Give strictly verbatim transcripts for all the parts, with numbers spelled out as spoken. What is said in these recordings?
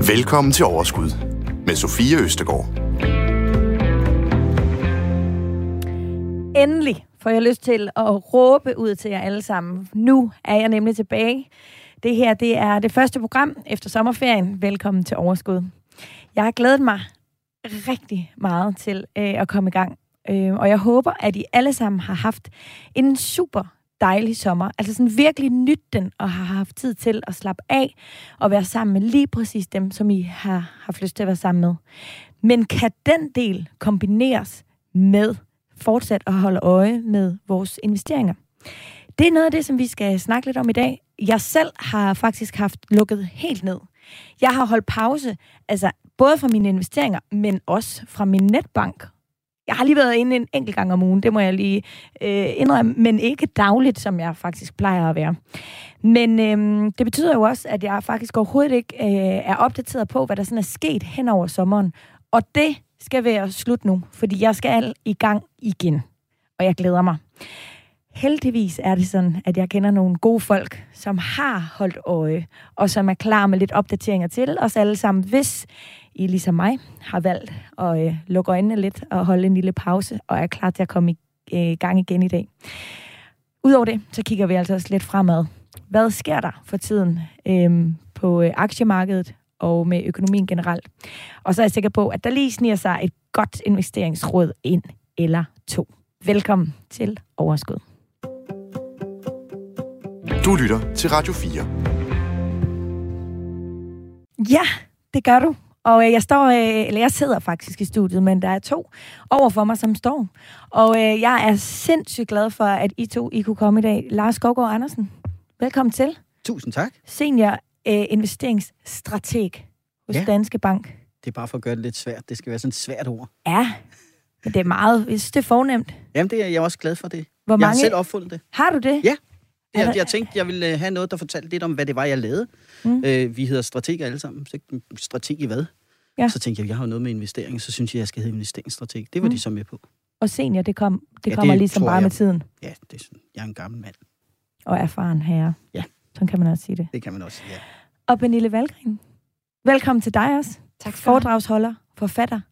Velkommen til Overskud med Sofie Østergaard. Endelig får jeg lyst til at råbe ud til jer alle sammen. Nu er jeg nemlig tilbage. Det her, det er det første program efter sommerferien. Velkommen til Overskud. Jeg har glædet mig rigtig meget til øh, at komme i gang. Øh, og jeg håber, at I alle sammen har haft en super dejlig sommer. Altså sådan virkelig nyt den, og har haft tid til at slappe af og være sammen med lige præcis dem, som I har haft lyst til at være sammen med. Men kan den del kombineres med fortsat at holde øje med vores investeringer? Det er noget af det, som vi skal snakke lidt om i dag. Jeg selv har faktisk haft lukket helt ned. Jeg har holdt pause, altså både fra mine investeringer, men også fra min netbank. Jeg har lige været inde en enkelt gang om ugen, det må jeg lige øh, indrømme, men ikke dagligt, som jeg faktisk plejer at være. Men øh, det betyder jo også, at jeg faktisk overhovedet ikke øh, er opdateret på, hvad der sådan er sket hen over sommeren. Og det skal være slut nu, fordi jeg skal i gang igen, og jeg glæder mig. Heldigvis er det sådan, at jeg kender nogle gode folk, som har holdt øje, og som er klar med lidt opdateringer til os alle sammen, hvis I ligesom mig har valgt at øh, lukke øjnene lidt og holde en lille pause, og er klar til at komme i øh, gang igen i dag. Udover det, så kigger vi altså også lidt fremad. Hvad sker der for tiden øh, på øh, aktiemarkedet og med økonomien generelt? Og så er jeg sikker på, at der lige sniger sig et godt investeringsråd ind eller to. Velkommen til Overskud. Du lytter til Radio fire. Ja, det gør du. Og jeg står, eller jeg sidder faktisk i studiet, men der er to over for mig, som står. Og jeg er sindssygt glad for, at I to I kunne komme i dag. Lars Skovgaard Andersen, velkommen til. Tusind tak. Senior øh, investeringsstrateg hos ja. Danske Bank. Det er bare for at gøre det lidt svært. Det skal være sådan et svært ord. Ja, men det er meget, hvis det er fornemt. Jamen, det er jeg også glad for det. Hvor mange... Jeg har selv opfundet det. Har du det? Ja. Jeg, der... jeg tænkte, jeg ville have noget, der fortalte lidt om, hvad det var, jeg lavede. Mm. Øh, vi hedder strateger alle sammen. Strateg i hvad? Ja. Så tænkte jeg, jeg har noget med investering, så synes jeg, jeg skal hedde investeringsstrateg. Det var mm. de så med på. Og senior, det, kom, det ja, kommer det ligesom bare jeg. med tiden. Ja, det er sådan. Jeg er en gammel mand. Og erfaren herre. Ja. Sådan kan man også sige det. Det kan man også sige, ja. Og Pernille Wahlgren, velkommen til dig også. Tak for Foredragsholder, forfatter,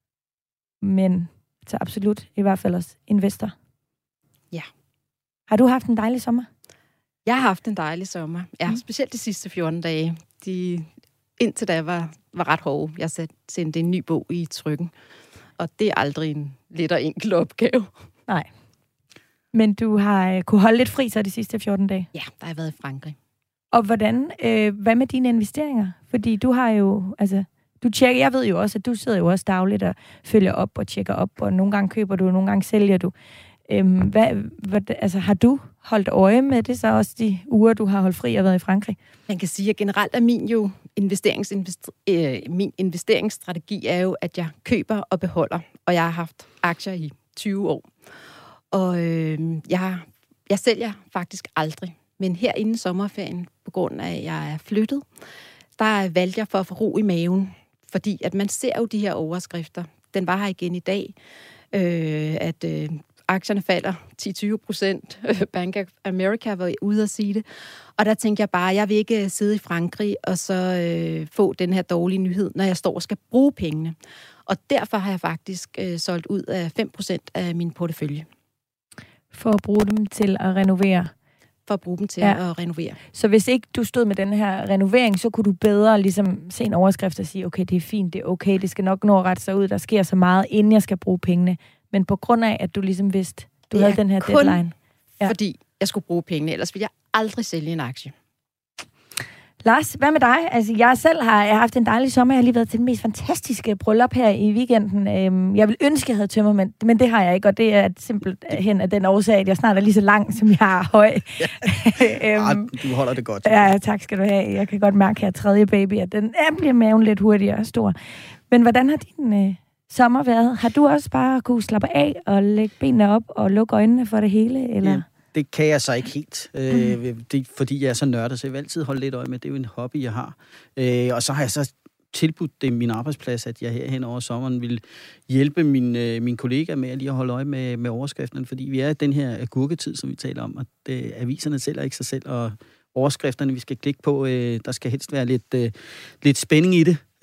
men så absolut i hvert fald også investor. Ja. Har du haft en dejlig sommer? Jeg har haft en dejlig sommer. Ja, mm. specielt de sidste fjorten dage. De indtil da var, var ret hårde. Jeg sendte en ny bog i trykken, og det er aldrig en let og enkel opgave. Nej. Men du har kunne holde lidt fri så de sidste fjorten dage? Ja, der har jeg været i Frankrig. Og hvordan, øh, hvad med dine investeringer? Fordi du har jo, altså, du tjekker, jeg ved jo også, at du sidder jo også dagligt og følger op og tjekker op, og nogle gange køber du, og nogle gange sælger du. Øhm, hvad, hvad, altså, har du holdt øje med det så også de uger, du har holdt fri og været i Frankrig? Man kan sige, at generelt er min jo investerings, invester, øh, min investeringsstrategi er jo, at jeg køber og beholder, og jeg har haft aktier i tyve år. Og øh, jeg, jeg sælger faktisk aldrig, men her inden sommerferien, på grund af, at jeg er flyttet, der valgte jeg for at få ro i maven, fordi at man ser jo de her overskrifter. Den var her igen i dag, øh, at øh, aktierne falder ti til tyve procent. Bank of America var ude at sige det. Og der tænkte jeg bare, jeg vil ikke sidde i Frankrig og så øh, få den her dårlige nyhed, når jeg står og skal bruge pengene. Og derfor har jeg faktisk øh, solgt ud af fem procent af min portefølje. For at bruge dem til at renovere? For at bruge dem til ja. at renovere. Så hvis ikke du stod med den her renovering, så kunne du bedre ligesom se en overskrift og sige, okay, det er fint, det er okay, det skal nok nå at rette sig ud, der sker så meget, inden jeg skal bruge pengene. Men på grund af, at du ligesom vidste, du havde den her deadline. Ja. Fordi jeg skulle bruge pengene, ellers ville jeg aldrig sælge en aktie. Lars, hvad med dig? Altså, jeg selv har, jeg har haft en dejlig sommer. Jeg har lige været til den mest fantastiske bryllup her i weekenden. Øhm, jeg vil ønske, jeg havde tømmermænd, men det har jeg ikke, og det er simpelthen af den årsag, at jeg snart er lige så lang, som jeg er høj. Ja. øhm, du holder det godt. Ja, tak skal du have. Jeg kan godt mærke her, tredje baby, at den ja, bliver maven lidt hurtigere og stor. Men hvordan har din øh, sommer været? Har du også bare kunne slappe af og lægge benene op og lukke øjnene for det hele, eller... Ja. Det kan jeg så ikke helt, øh, mm. det, fordi jeg er så nørdet, så jeg vil altid holde lidt øje med. Det er jo en hobby, jeg har. Øh, og så har jeg så tilbudt det min arbejdsplads, at jeg her hen over sommeren vil hjælpe min, øh, min kollega med at lige at holde øje med, med overskrifterne, fordi vi er i den her agurketid, som vi taler om, og det, aviserne sælger ikke sig selv, og overskrifterne, vi skal klikke på, øh, der skal helst være lidt, øh, lidt spænding i det.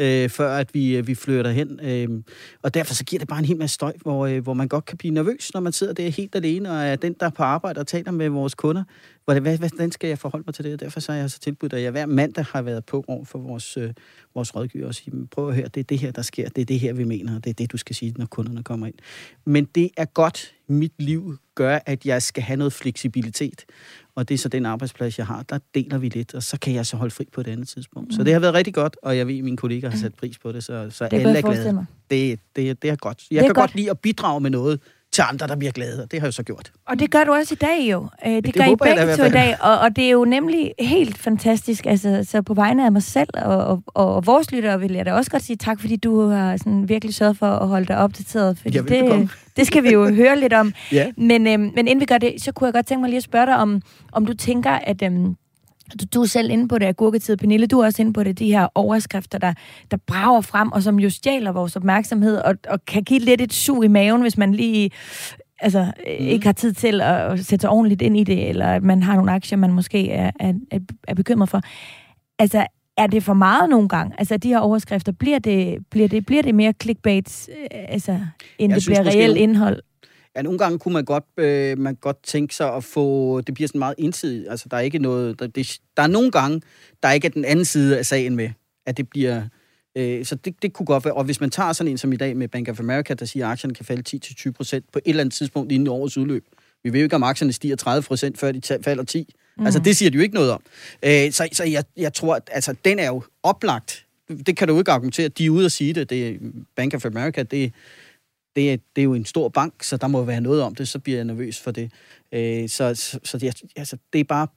øh, før at vi, vi flytter hen. Øh, og derfor så giver det bare en hel masse støj, hvor, øh, hvor man godt kan blive nervøs, når man sidder der helt alene, og er den, der er på arbejde og taler med vores kunder. Hvordan, hvordan skal jeg forholde mig til det? Og derfor så har jeg så tilbudt, at jeg hver mandag har været på over for vores, øh, vores rådgiver og sige, prøv at høre, det er det her, der sker, det er det her, vi mener, og det er det, du skal sige, når kunderne kommer ind. Men det er godt, mit liv gør, at jeg skal have noget fleksibilitet. Og det er så den arbejdsplads, jeg har. Der deler vi lidt, og så kan jeg så holde fri på et andet tidspunkt. Mm. Så det har været rigtig godt, og jeg ved, at mine kollegaer har sat pris på det, så, så det alle er glade. Det, det, det er godt. Jeg kan godt. godt lide at bidrage med noget til andre, der bliver glade, og det har jeg så gjort. Og det gør du også i dag jo. Det, det gør I begge to i dag, og, og det er jo nemlig helt fantastisk. Altså, så på vegne af mig selv og, og, og vores lyttere vil jeg da også godt sige tak, fordi du har sådan virkelig sørget for at holde dig opdateret. Fordi det, det skal vi jo høre lidt om. Ja. Men, øhm, men inden vi gør det, så kunne jeg godt tænke mig lige at spørge dig, om, om du tænker, at øhm, du, du er selv inde på det af gurketid. Pernille, du er også inde på det, de her overskrifter, der, der brager frem, og som jo stjæler vores opmærksomhed, og, og kan give lidt et sug i maven, hvis man lige altså, mm. ikke har tid til at sætte sig ordentligt ind i det, eller at man har nogle aktier, man måske er, er, er bekymret for. Altså, er det for meget nogle gange? Altså, de her overskrifter, bliver det, bliver det, bliver det mere clickbait, altså, end jeg det synes, bliver reelt indhold? Ja, nogle gange kunne man godt, øh, man godt tænke sig at få, det bliver sådan meget ensidigt, altså der er ikke noget, der, det, der er nogle gange, der ikke er den anden side af sagen med, at det bliver, øh, så det, det kunne godt være, og hvis man tager sådan en som i dag med Bank of America, der siger, at aktierne kan falde ti til tyve procent på et eller andet tidspunkt inden årets udløb. Vi ved jo ikke, om aktierne stiger tredive procent, før de falder ti. Mm. Altså det siger de jo ikke noget om. Øh, så så jeg, jeg tror, at altså, den er jo oplagt. Det kan du jo ikke argumentere, de er ude at sige det, det er Bank of America, det Det er, det er jo en stor bank, så der må være noget om det, så bliver jeg nervøs for det. Øh, så så, så det, altså, det er bare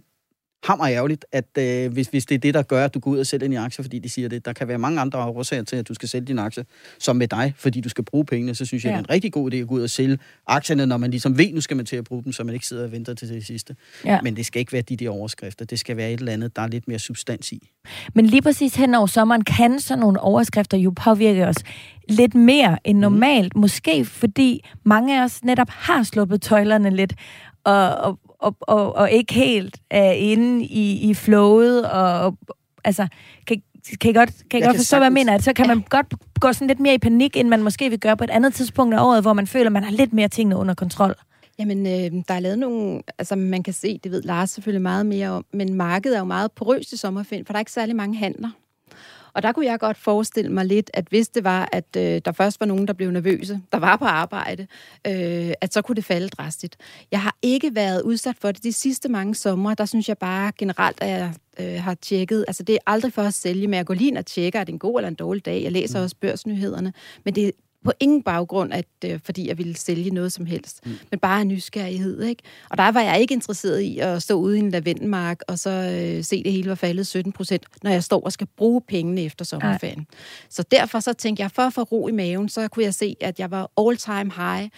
hammer ærgerligt, at øh, hvis, hvis det er det, der gør, at du går ud og sælger dine aktier, fordi de siger det. Der kan være mange andre årsager til, at du skal sælge dine aktier, som med dig, fordi du skal bruge pengene. Så synes jeg, ja. det er en rigtig god idé at gå ud og sælge aktierne, når man ligesom ved, nu skal man til at bruge dem, så man ikke sidder og venter til det sidste. Ja. Men det skal ikke være de der overskrifter. Det skal være et eller andet, der er lidt mere substans i. Men lige præcis hen over sommeren kan sådan nogle overskrifter jo påvirke os lidt mere end normalt. Mm. Måske fordi mange af os netop har sluppet tøjlerne lidt, og, og, og, og, og ikke helt er inde i, i flowet, og, og altså, kan, kan I godt, kan I godt forstå, hvad jeg mener? At så kan man godt gå sådan lidt mere i panik, end man måske vil gøre på et andet tidspunkt af året, hvor man føler, at man har lidt mere tingene under kontrol. Jamen, øh, der er lavet nogle, altså man kan se, det ved Lars selvfølgelig meget mere om, men markedet er jo meget porøst i sommerferien, for der er ikke særlig mange handler. Og der kunne jeg godt forestille mig lidt, at hvis det var, at øh, der først var nogen, der blev nervøse, der var på arbejde, øh, at så kunne det falde drastisk. Jeg har ikke været udsat for det de sidste mange somre. Der synes jeg bare generelt, at jeg øh, har tjekket. Altså det er aldrig for at sælge, men jeg går lige ind og tjekker, er det en god eller en dårlig dag. Jeg læser mm. også børsnyhederne. Men det er på ingen baggrund, at, øh, fordi jeg ville sælge noget som helst. Mm. Men bare en nysgerrighed, ikke? Og der var jeg ikke interesseret i at stå ude i en lavendelmark, og så øh, se det hele var faldet sytten procent, når jeg står og skal bruge pengene efter sommerferien. Ej. Så derfor så tænkte jeg, for at få ro i maven, så kunne jeg se, at jeg var all-time high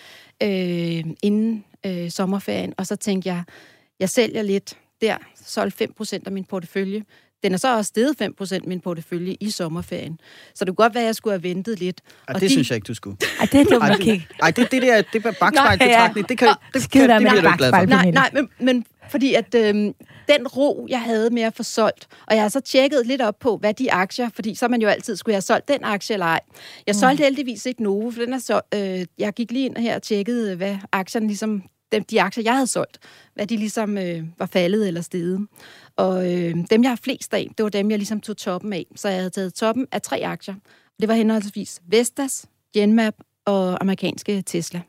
øh, inden øh, sommerferien, og så tænkte jeg, jeg sælger lidt der, solgte fem procent af min portefølje. Den er så også steget fem procent min portefølje i sommerferien. Så det kunne godt være, at jeg skulle have ventet lidt. Ej, det de... synes jeg ikke, du skulle. Ej, det er dumt at kigge. Ej, det, det der, det er bakspejlbetragtning. Det kan, det, det, det, det bliver du ikke glad for. Nej, nej, men, men fordi at øhm, den ro, jeg havde med at få solgt, og jeg har så tjekket lidt op på, hvad de aktier, fordi så man jo altid, skulle jeg have solgt den aktie eller ej. Jeg solgte mm. heldigvis ikke Novo, for den er så, øh, jeg gik lige ind her og tjekkede, hvad aktierne ligesom, de, de aktier, jeg havde solgt, hvad de ligesom øh, var faldet eller steget. Og øh, dem, jeg har flest af, det var dem, jeg ligesom tog toppen af. Så jeg havde taget toppen af tre aktier. Det var henholdsvis Vestas, Genmab og amerikanske Tesla.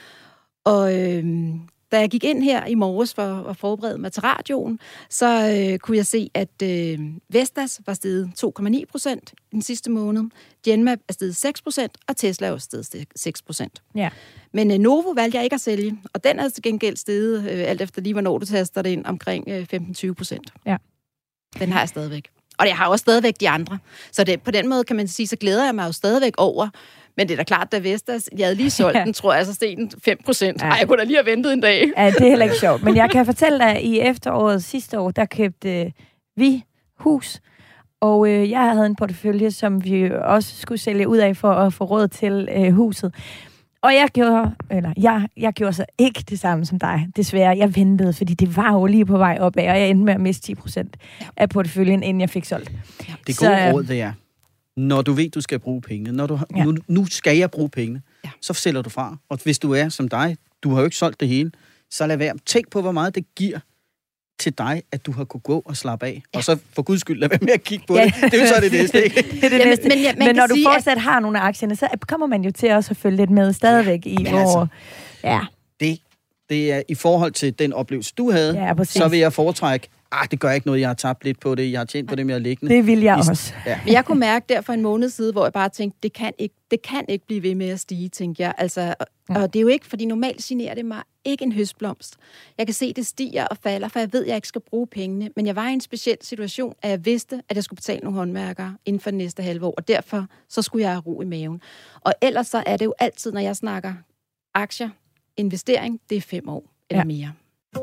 Og øh, da jeg gik ind her i morges for at forberede mig til radioen, så øh, kunne jeg se, at øh, Vestas var steget to komma ni procent den sidste måned. Genmab er steget seks procent, og Tesla er også steget seks procent. Ja. Men øh, Novo valgte jeg ikke at sælge, og den er til gengæld steget, øh, alt efter lige hvornår du taster det ind, omkring øh, femten til tyve procent. Ja. Den har jeg stadigvæk. Og jeg har også stadigvæk de andre. Så det, på den måde kan man sige, så glæder jeg mig jo stadigvæk over. Men det er da klart, at Vestas, jeg havde lige solgt den, tror jeg, så steg den fem procent. Ja. Ej, jeg kunne da lige have ventet en dag. Ja, det er heller ikke sjovt. Men jeg kan fortælle dig, at i efteråret sidste år, der købte øh, vi hus. Og øh, jeg havde en portefølje, som vi også skulle sælge ud af for at få råd til øh, huset. Og jeg gjorde, eller jeg, jeg gjorde så ikke det samme som dig, desværre. Jeg ventede, fordi det var jo lige på vej opad, og jeg endte med at miste ti procent af porteføljen, inden jeg fik solgt. Det gode så, råd, det er, når du ved, du skal bruge pengene. Når du, ja. nu, nu skal jeg bruge pengene. Ja. Så sælger du fra. Og hvis du er som dig, du har jo ikke solgt det hele, så lad være. Tænk på, hvor meget det giver til dig, at du har kunnet gå og slappe af. Ja. Og så for guds skyld, lad være med at kigge på ja. det. Det er jo så det næste, ikke? det er det ja, næste. Men, ja, men når du sige, fortsat at... har nogle af aktierne, så kommer man jo til også at følge lidt med stadigvæk ja. i, hvor... Altså, ja. Det, det er i forhold til den oplevelse, du havde, ja, så vil jeg foretrække, ah, det gør ikke noget, jeg har tabt lidt på det, jeg har tjent på det med at liggende. Det vil jeg også. Ja. Men jeg kunne mærke der for en måned siden, hvor jeg bare tænkte, det kan ikke, det kan ikke blive ved med at stige, tænkte jeg. Altså, og, ja. og det er jo ikke, fordi normalt generer det mig ikke en høstblomst. Jeg kan se, det stiger og falder, for jeg ved, at jeg ikke skal bruge pengene. Men jeg var i en speciel situation, at jeg vidste, at jeg skulle betale nogle håndværkere inden for det næste halve år, og derfor så skulle jeg have ro i maven. Og ellers så er det jo altid, når jeg snakker aktier, investering, det er fem år eller ja. mere.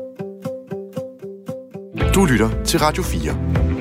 Du lytter til Radio fire.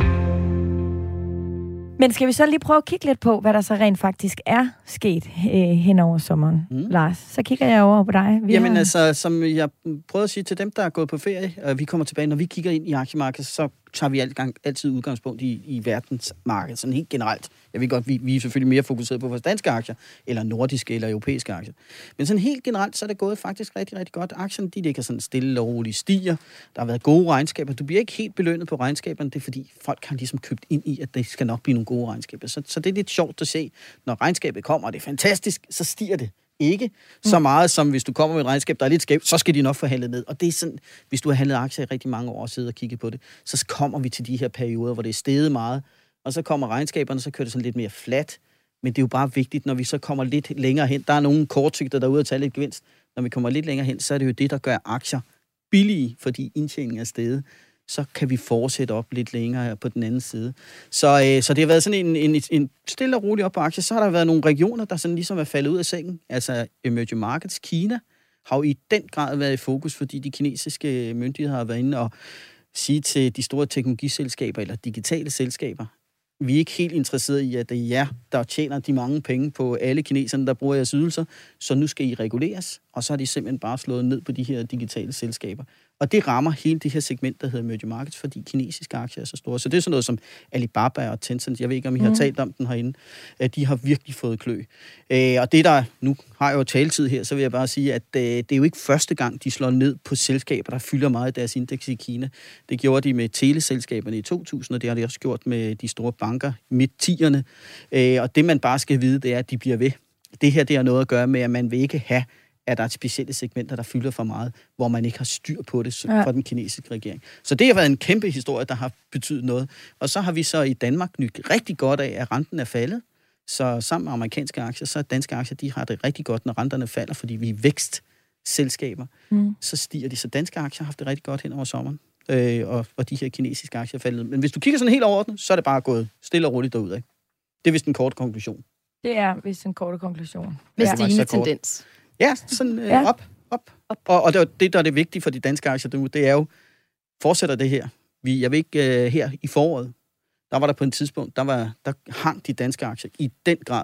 Men skal vi så lige prøve at kigge lidt på, hvad der så rent faktisk er sket øh, hen over sommeren, mm. Lars? Så kigger jeg over på dig. Vi Jamen har... altså, som jeg prøvede at sige til dem, der er gået på ferie, og vi kommer tilbage, når vi kigger ind i aktiemarkedet, så tager vi altid udgangspunkt i, i verdensmarkedet, sådan helt generelt. Jeg ved godt, vi, vi er selvfølgelig mere fokuseret på vores danske aktier, eller nordiske eller europæiske aktier. Men sådan helt generelt, så er det gået faktisk rigtig, rigtig godt. Aktierne, de ligger sådan stille og roligt stiger. Der har været gode regnskaber. Du bliver ikke helt belønnet på regnskaberne, det er fordi folk har ligesom købt ind i, at det skal nok blive nogle gode regnskaber. Så, så det er lidt sjovt at se, når regnskabet kommer, og det er fantastisk, så stiger det. Ikke så meget, som hvis du kommer med et regnskab, der er lidt skævt, så skal de nok få handlet ned. Og det er sådan, hvis du har handlet aktier i rigtig mange år og sidder og kigger på det, så kommer vi til de her perioder, hvor det er steget meget, og så kommer regnskaberne, så kører det sådan lidt mere flat. Men det er jo bare vigtigt, når vi så kommer lidt længere hen. Der er nogle kortsigter derude at tage lidt gevinst. Når vi kommer lidt længere hen, så er det jo det, der gør aktier billige, fordi indtjeningen er steget. Så kan vi fortsætte op lidt længere på den anden side. Så, øh, så det har været sådan en, en, en stille og rolig op på aktier. Så har der været nogle regioner, der sådan ligesom er faldet ud af sengen. Altså emerging markets, Kina, har jo i den grad været i fokus, fordi de kinesiske myndigheder har været inde og sige til de store teknologiselskaber eller digitale selskaber, vi er ikke helt interesserede i, at det er jer, der tjener de mange penge på alle kineserne, der bruger jeres ydelser, så nu skal I reguleres, og så har de simpelthen bare slået ned på de her digitale selskaber. Og det rammer hele det her segment, der hedder emerging markets, fordi kinesiske aktier er så store. Så det er sådan noget som Alibaba og Tencent, jeg ved ikke, om I har mm. talt om den herinde, at de har virkelig fået klø. Øh, og det der, nu har jeg jo taletid her, så vil jeg bare sige, at øh, det er jo ikke første gang, de slår ned på selskaber, der fylder meget af deres indeks i Kina. Det gjorde de med teleselskaberne i to tusind, og det har de også gjort med de store banker midt-tierne. Øh, og det man bare skal vide, det er, at de bliver ved. Det her, det har noget at gøre med, at man vil ikke have at der er specielle segmenter, der fylder for meget, hvor man ikke har styr på det fra ja. den kinesiske regering. Så det har været en kæmpe historie, der har betydet noget. Og så har vi så i Danmark nyt rigtig godt af, at renten er faldet. Så sammen med amerikanske aktier, så danske aktier, de har det rigtig godt, når renterne falder, fordi vi er vækstselskaber. Mm. Så stiger de. Så danske aktier har haft det rigtig godt hen over sommeren. Øh, og, og de her kinesiske aktier er faldet. Men hvis du kigger sådan helt overordnet, så er det bare gået stille og roligt derudad. Det er vist en kort konklusion. Det er vist en kort konklusion. Med ja. stigende tendens. Ja, sådan øh, ja. op, op. op. Og, og det, det, der er det vigtige for de danske aktier, det, det er jo, fortsætter det her. Vi, jeg ved ikke, uh, her i foråret, der var der på et tidspunkt, der, var, der hang de danske aktier i den grad.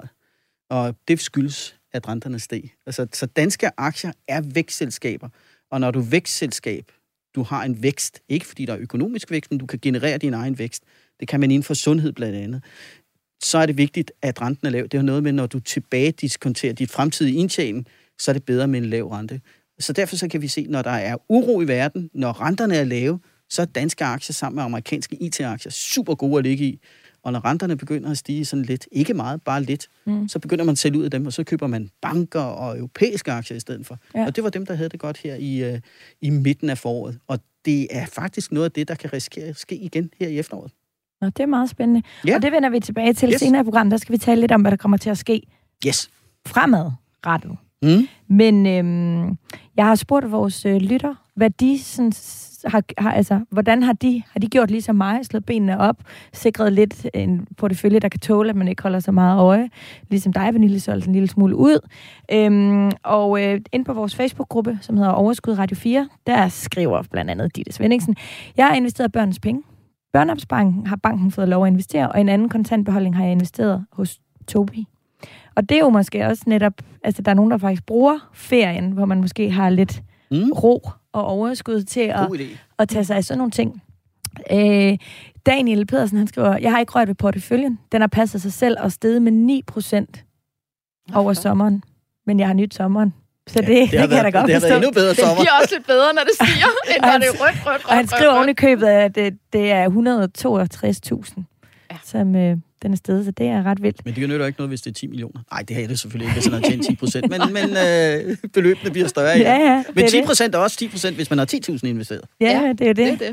Og det skyldes, at renterne steg. Altså, så danske aktier er vækstselskaber. Og når du er vækstselskab, du har en vækst, ikke fordi der er økonomisk vækst, men du kan generere din egen vækst. Det kan man inden for sundhed blandt andet. Så er det vigtigt, at renten er lav. Det er noget med, når du tilbagediskonterer dit fremtidige indtjening, så er det bedre med en lav rente. Så derfor så kan vi se, når der er uro i verden, når renterne er lave, så er danske aktier sammen med amerikanske I T-aktier super gode at ligge i. Og når renterne begynder at stige sådan lidt, ikke meget, bare lidt, mm. så begynder man at sælge ud af dem, og så køber man banker og europæiske aktier i stedet for. Ja. Og det var dem, der havde det godt her i, uh, i midten af foråret. Og det er faktisk noget af det, der kan risikere at ske igen her i efteråret. Nå, det er meget spændende. Ja. Og det vender vi tilbage til yes. senere i programmet. Der skal vi tale lidt om, hvad der kommer til at ske yes. fremadrettet. Mm. Men øhm, jeg har spurgt vores øh, lytter, hvad de sådan, har, har, altså, hvordan har de, har de gjort ligesom mig, slået benene op, sikret lidt en portefølje, der kan tåle, at man ikke holder så meget øje, ligesom dig, Pernille, solgt en lille smule ud. Øhm, og øh, inde på vores Facebook-gruppe, som hedder Overskud Radio fire, der skriver blandt andet Ditte Svendingsen, jeg har investeret børnenes penge. Børneopsparingen har banken fået lov at investere, og en anden kontantbeholdning har jeg investeret hos Tobi. Og det er jo måske også netop, altså der er nogen, der faktisk bruger ferien, hvor man måske har lidt mm. ro og overskud til at, at tage sig af sådan nogle ting. Øh, Daniel Pedersen, han skriver, jeg har ikke rørt ved porteføljen. Den har passet sig selv og steget med ni procent over okay. sommeren. Men jeg har nyt sommeren. Så det, ja, det, det kan været, jeg da godt det forstå. Det har været endnu bedre sommer. Det bliver også lidt bedre, når det stiger, end når det er rødt, rødt, rødt. Og han skriver oven i købet, at det, det er et hundrede og toogtres tusind, ja. som øh, den er stedet, så det er ret vildt. Men det nytter ikke noget, hvis det er ti millioner. Nej, det er det selvfølgelig ikke, hvis man har tjent ti procent. Men, men øh, beløbene bliver større. Ja, ja, ja men ti procent er også ti procent, hvis man har ti tusind investeret. Ja, ja, det er det. det, er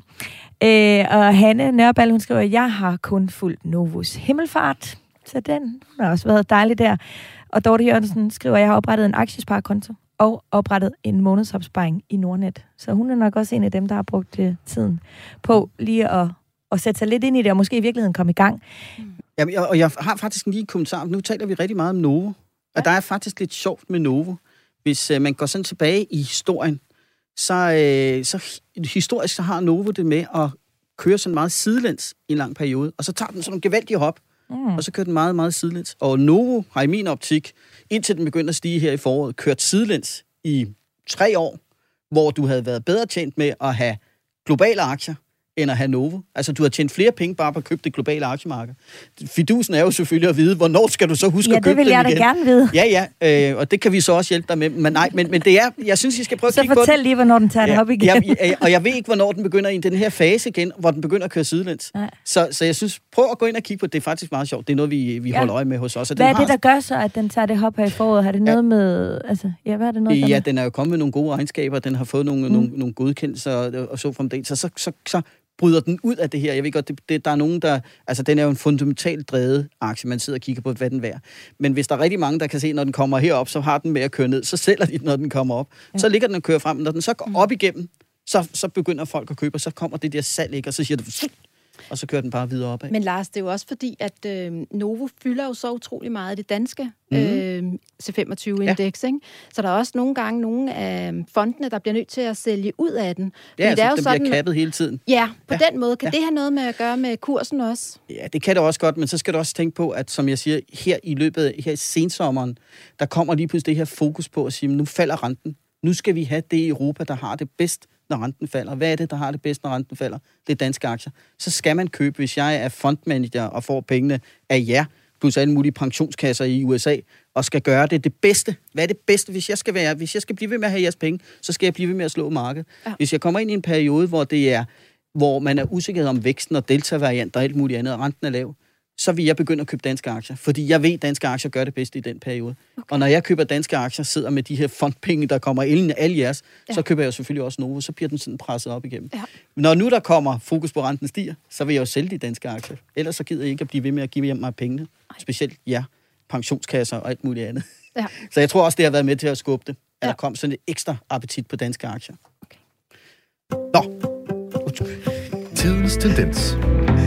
det. Øh, og Hanne Nørrebal, hun skriver, jeg har kun fulgt Novos Himmelfart. Så den har også været dejlig der. Og Dorte Jørgensen skriver, jeg har oprettet en aktiesparekonto og oprettet en månedsopsparing i Nordnet. Så hun er nok også en af dem, der har brugt uh, tiden på lige at, at sætte sig lidt ind i det, og måske i virkeligheden komme i gang. Ja, og jeg har faktisk lige en kommentar. Nu taler vi rigtig meget om Novo, og ja. der er faktisk lidt sjovt med Novo. Hvis uh, man går sådan tilbage i historien, så, uh, så historisk så har Novo det med at køre sådan meget sidelæns i en lang periode, og så tager den sådan nogle gevaldige hop, mm. og så kører den meget, meget sidelæns. Og Novo har i min optik, indtil den begyndte at stige her i foråret, kørt sidelæns i tre år, hvor du havde været bedre tjent med at have globale aktier, end at have Novo. Altså, du har tjent flere penge bare på at købe det globale aktiemarked. Fidusen er jo selvfølgelig at vide, hvornår skal du så huske ja, at købe det vil jeg da igen. gerne vide. Ja, ja, øh, og det kan vi så også hjælpe dig med. Men nej, men, men det er, jeg synes, I skal prøve at så kigge på fortæl lige, hvornår den tager ja, det op igen. Ja, ja, og jeg ved ikke, hvornår den begynder i den her fase igen, hvor den begynder at køre sidelæns. Så, så jeg synes, prøv at gå ind og kigge på det. Det er faktisk meget sjovt. Det er noget, vi, vi ja. holder øje med hos os. Og hvad er har... det, der gør så, at den tager det hop her i foråret? Har det noget ja. med... Altså, ja, hvad er det noget, Ja, den er jo kommet med nogle gode regnskaber. Den har fået nogle, mm. nogle, nogle godkendelser og, og så fremdeles. Så, så, så, så bryder den ud af det her. Jeg ved godt, det, det, der er nogen, der... Altså, den er jo en fundamentalt drevet aktie. Man sidder og kigger på, hvad den er. Men hvis der er rigtig mange, der kan se, når den kommer herop, så har den med at køre ned. Så sælger de, når den kommer op. Ja. Så ligger den og kører frem. Når den så går op igennem, så, så begynder folk at købe, og så kommer det der salg ikke, og så siger det... Og så kører den bare videre opad. Men Lars, det er jo også fordi, at øh, Novo fylder jo så utrolig meget af det danske mm. øh, C femogtyve-indeks, ja. Ikke? Så der er også nogle gange nogle af fondene, der bliver nødt til at sælge ud af den. Ja, altså, det er jo den sådan, bliver kappet hele tiden. Ja, på ja. den måde. Kan ja. det have noget med at gøre med kursen også? Ja, det kan det også godt, men så skal du også tænke på, at som jeg siger, her i løbet af her i sensommeren, der kommer lige pludselig det her fokus på at sige, nu falder renten. Nu skal vi have det i Europa, der har det bedst, når renten falder. Hvad er det, der har det bedst, når renten falder? Det er danske aktier. Så skal man købe, hvis jeg er fondmanager og får pengene af jer, plus alle mulige pensionskasser i U S A, og skal gøre det det bedste. Hvad er det bedste, hvis jeg skal være? Hvis jeg skal blive ved med at have jeres penge, så skal jeg blive ved med at slå markedet. Ja. Hvis jeg kommer ind i en periode, hvor det er, hvor man er usikker om væksten og delta-varianter og alt muligt andet, og renten er lav, så vil jeg begynde at købe danske aktier. Fordi jeg ved, at danske aktier gør det bedste i den periode. Okay. Og når jeg køber danske aktier, sidder med de her fondpenge, der kommer ind af alle jeres, ja. så køber jeg selvfølgelig også Novo, så bliver den sådan presset op igennem. Ja. Når nu der kommer fokus på renten stiger, så vil jeg jo sælge de danske aktier. Ellers så gider jeg ikke at blive ved med at give mig pengene. Ej. Specielt jer, pensionskasser og alt muligt andet. Ja. Så jeg tror også, det har været med til at skubbe det. At ja. der kom sådan et ekstra appetit på danske aktier. Okay. Nå. Tidens tendens.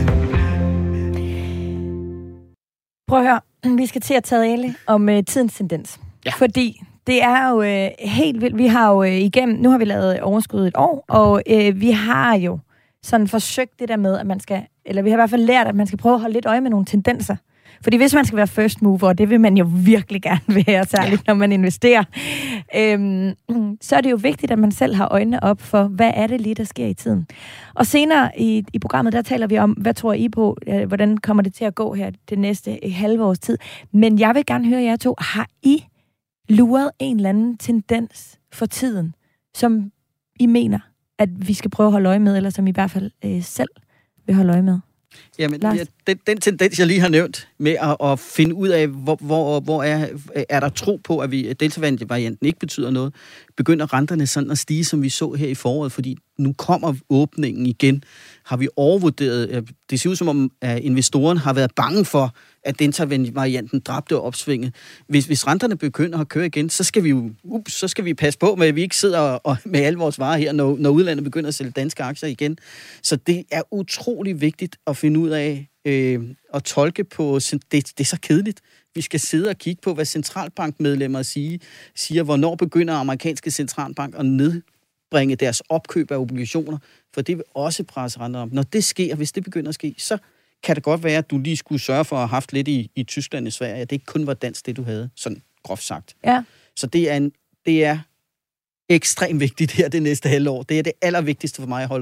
Prøv at høre, vi skal til at tale om uh, tidens tendens. Ja. Fordi det er jo uh, helt vildt. Vi har jo uh, igennem, nu har vi lavet overskud et år, og uh, vi har jo sådan forsøgt det der med, at man skal, eller vi har i hvert fald lært, at man skal prøve at holde lidt øje med nogle tendenser. Fordi hvis man skal være first mover, og det vil man jo virkelig gerne være, særligt ja. når man investerer, øhm, så er det jo vigtigt, at man selv har øjnene op for, hvad er det lige, der sker i tiden. Og senere i, i programmet, der taler vi om, hvad tror I på, hvordan kommer det til at gå her det næste halve års tid. Men jeg vil gerne høre jer to, har I luret en eller anden tendens for tiden, som I mener, at vi skal prøve at holde øje med, eller som I, i hvert fald øh, selv vil holde øje med? Jamen, ja, den, den tendens, jeg lige har nævnt, med at, at finde ud af, hvor, hvor, hvor er, er der tro på, at, vi, at delta-varianten ikke betyder noget, begynder renterne sådan at stige, som vi så her i foråret, fordi nu kommer åbningen igen. Har vi overvurderet, det ser ud som om, at investorerne har været bange for, at delta-varianten dræbte opsvinget. Hvis, hvis renterne begynder at køre igen, så skal vi jo, ups, så skal vi passe på med, at vi ikke sidder og, med alle vores varer her, når, når udlandet begynder at sælge danske aktier igen. Så det er utrolig vigtigt at finde ud af øh, at tolke på, det, det er så kedeligt. Vi skal sidde og kigge på, hvad centralbankmedlemmer siger, siger, hvornår begynder amerikanske centralbank at nedbringe deres opkøb af obligationer, for det vil også presse renter om. Når det sker, hvis det begynder at ske, så kan det godt være, at du lige skulle sørge for at have haft lidt i, i Tyskland og Sverige. Det ikke kun var dansk, det du havde, sådan groft sagt. Ja. Så det er, en, det er ekstremt vigtigt her det næste halvår. Det er det allervigtigste for mig at holde øje med.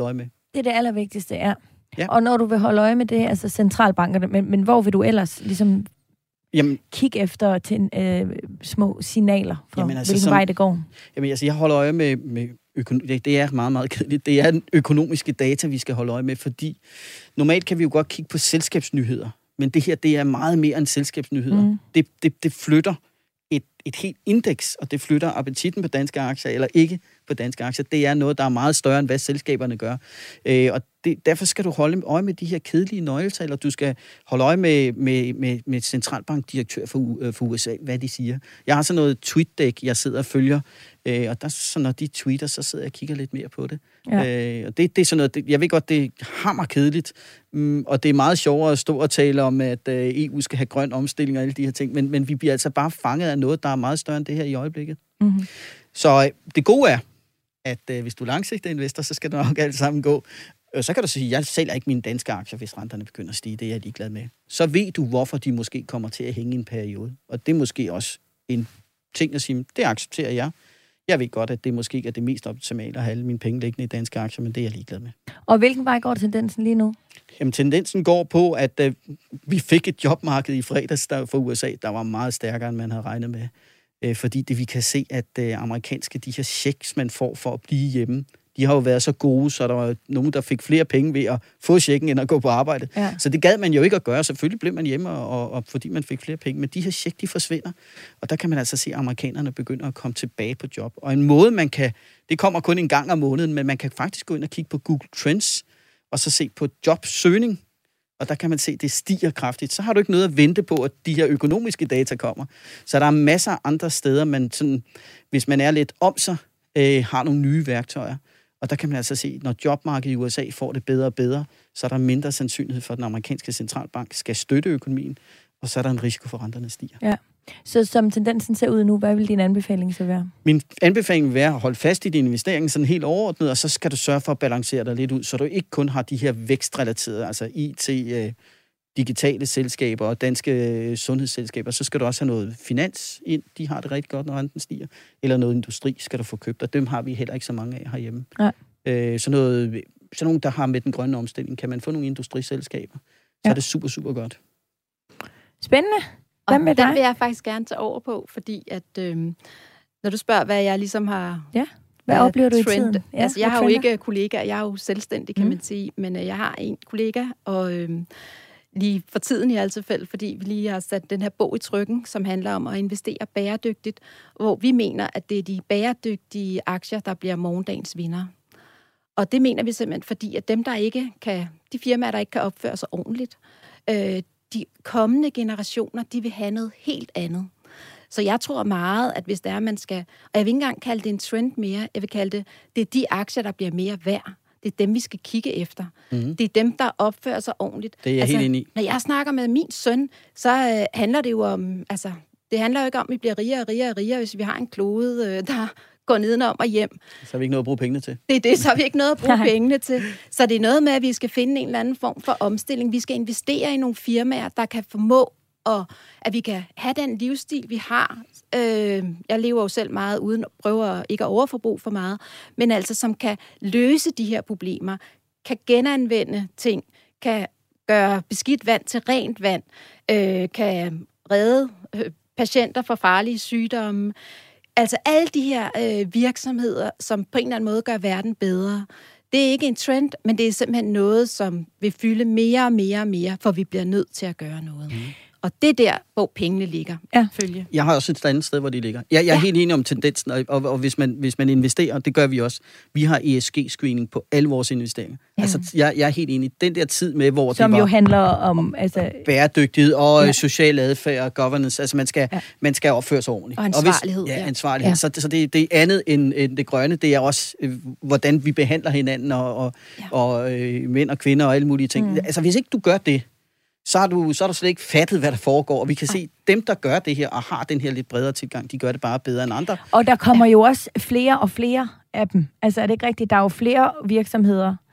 Det er det allervigtigste, ja. Ja. Og når du vil holde øje med det, altså centralbankerne, men, men hvor vil du ellers ligesom Jamen, kigge efter til øh, små signaler for, jamen, altså, hvilken som, vej det går? Jamen, altså, jeg holder øje med, med økonom- det, det er meget, meget kedeligt. Det er den økonomiske data, vi skal holde øje med, fordi normalt kan vi jo godt kigge på selskabsnyheder, men det her, det er meget mere end selskabsnyheder. Mm. Det, det, det flytter et, et helt indeks, og det flytter appetitten på danske aktier, eller ikke på danske aktier. Det er noget, der er meget større, end hvad selskaberne gør. Øh, og det, derfor skal du holde øje med de her kedelige nøgletal, og du skal holde øje med, med, med, med centralbankdirektør for, for U S A, hvad de siger. Jeg har sådan noget tweet-dæk, jeg sidder og følger, øh, og der, så når de tweeter, så sidder jeg og kigger lidt mere på det. Ja. Øh, og det, det er sådan noget, det, jeg ved godt, det er hammerkedeligt, um, og det er meget sjovere at stå og tale om, at uh, E U skal have grøn omstilling og alle de her ting, men, men vi bliver altså bare fanget af noget, der er meget større end det her i øjeblikket. Mm-hmm. Så øh, det gode er, at øh, hvis du er langsigtet investor, så skal det nok alt sammen gå. Øh, så kan du sige, at jeg sælger ikke mine danske aktier, hvis renterne begynder at stige. Det er jeg ligeglad med. Så ved du, hvorfor de måske kommer til at hænge i en periode. Og det er måske også en ting at sige, det accepterer jeg. Jeg ved godt, at det måske ikke er det mest optimale at have alle mine penge liggende i danske aktier, men det er jeg ligeglad med. Og hvilken vej går tendensen lige nu? Jamen, tendensen går på, at øh, vi fik et jobmarked i fredags der for U S A, der var meget stærkere, end man havde regnet med. Øh, fordi det, vi kan se, at øh, amerikanske, de her checks, man får for at blive hjemme, de har jo været så gode, så der var nogen, der fik flere penge ved at få checken, end at gå på arbejde. Ja. Så det gad man jo ikke at gøre. Selvfølgelig blev man hjemme, og, og fordi man fik flere penge. Men de her check, de forsvinder. Og der kan man altså se, at amerikanerne begynder at komme tilbage på job. Og en måde, man kan... Det kommer kun en gang om måneden, men man kan faktisk gå ind og kigge på Google Trends, og så se på jobsøgning. Og der kan man se, at det stiger kraftigt. Så har du ikke noget at vente på, at de her økonomiske data kommer. Så der er masser af andre steder, man sådan, hvis man er lidt om sig, øh, har nogle nye værktøjer. Og der kan man altså se, at når jobmarkedet i U S A får det bedre og bedre, så er der mindre sandsynlighed for, at den amerikanske centralbank skal støtte økonomien, og så er der en risiko for, at renterne stiger. Ja. Så som tendensen ser ud nu, hvad vil din anbefaling så være? Min anbefaling vil være at holde fast i din investering sådan helt overordnet, og så skal du sørge for at balancere dig lidt ud, så du ikke kun har de her vækstrelaterede, altså I T, øh, digitale selskaber og danske øh, sundhedsselskaber, så skal du også have noget finans ind. De har det rigtig godt, når renten stiger. Eller noget industri skal du få købt, og dem har vi heller ikke så mange af herhjemme. Ja. Øh, så noget, sådan nogle, der har med den grønne omstilling, kan man få nogle industriselskaber. Så ja. Er det super, super godt. Spændende. Hvad med dig? Den vil jeg faktisk gerne tage over på, fordi at, øhm, når du spørger, hvad jeg ligesom har... Ja. Hvad øh, oplever du i tiden? Ja, altså, jeg har jo ikke kollegaer, jeg er jo selvstændig, kan mm. man sige, men øh, jeg har en kollega, og øhm, lige for tiden i alt fald, fordi vi lige har sat den her bog i trykken, som handler om at investere bæredygtigt, hvor vi mener, at det er de bæredygtige aktier, der bliver morgendagens vinder. Og det mener vi simpelthen, fordi at dem, der ikke kan, de firmaer, der ikke kan opføre sig ordentligt, øh, de kommende generationer, de vil have noget helt andet. Så jeg tror meget, at hvis det er, man skal... Og jeg vil ikke engang kalde det en trend mere. Jeg vil kalde det, det er de aktier, der bliver mere værd. Det er dem, vi skal kigge efter. Mm-hmm. Det er dem, der opfører sig ordentligt. Det er jeg altså, helt enig i. Når jeg snakker med min søn, så øh, handler det jo om... Altså, det handler jo ikke om, at vi bliver rigere og rigere og rigere, hvis vi har en klode, øh, der går nedenom og hjem. Så har vi ikke noget at bruge pengene til. Det er det, så har vi ikke noget at bruge pengene til. Så det er noget med, at vi skal finde en eller anden form for omstilling. Vi skal investere i nogle firmaer, der kan formå, og at vi kan have den livsstil, vi har. Øh, jeg lever jo selv meget uden at prøve ikke at overforbruge for meget, men altså som kan løse de her problemer, kan genanvende ting, kan gøre beskidt vand til rent vand, øh, kan redde øh, patienter fra farlige sygdomme. Altså alle de her øh, virksomheder, som på en eller anden måde gør verden bedre. Det er ikke en trend, men det er simpelthen noget, som vil fylde mere og mere og mere, for vi bliver nødt til at gøre noget. Mm. Og det er der, hvor pengene ligger. Ja. Følge. Jeg har også et andet sted, hvor de ligger. Jeg, jeg er ja. helt enig om tendensen, og, og, og hvis, man, hvis man investerer, det gør vi også. Vi har E S G-screening på alle vores investeringer. Ja. Altså, jeg, jeg er helt enig. Den der tid med, hvor Som det var... jo handler om... Altså... bæredygtighed og ja. social adfærd og governance. Altså, man skal, ja. man skal opføre sig ordentligt. Og ansvarlighed. Og hvis, ja, ansvarlighed. Ja. Så, så det, det er andet end, end det grønne. Det er også, øh, hvordan vi behandler hinanden, og, og, ja. og øh, mænd og kvinder og alle mulige ting. Mm. Altså, hvis ikke du gør det, så har du, så har du slet ikke fattet, hvad der foregår. Og vi kan se, at dem, der gør det her, og har den her lidt bredere tilgang, de gør det bare bedre end andre. Og der kommer jo også flere og flere af dem. Altså er det ikke rigtigt? Der er jo flere virksomheder,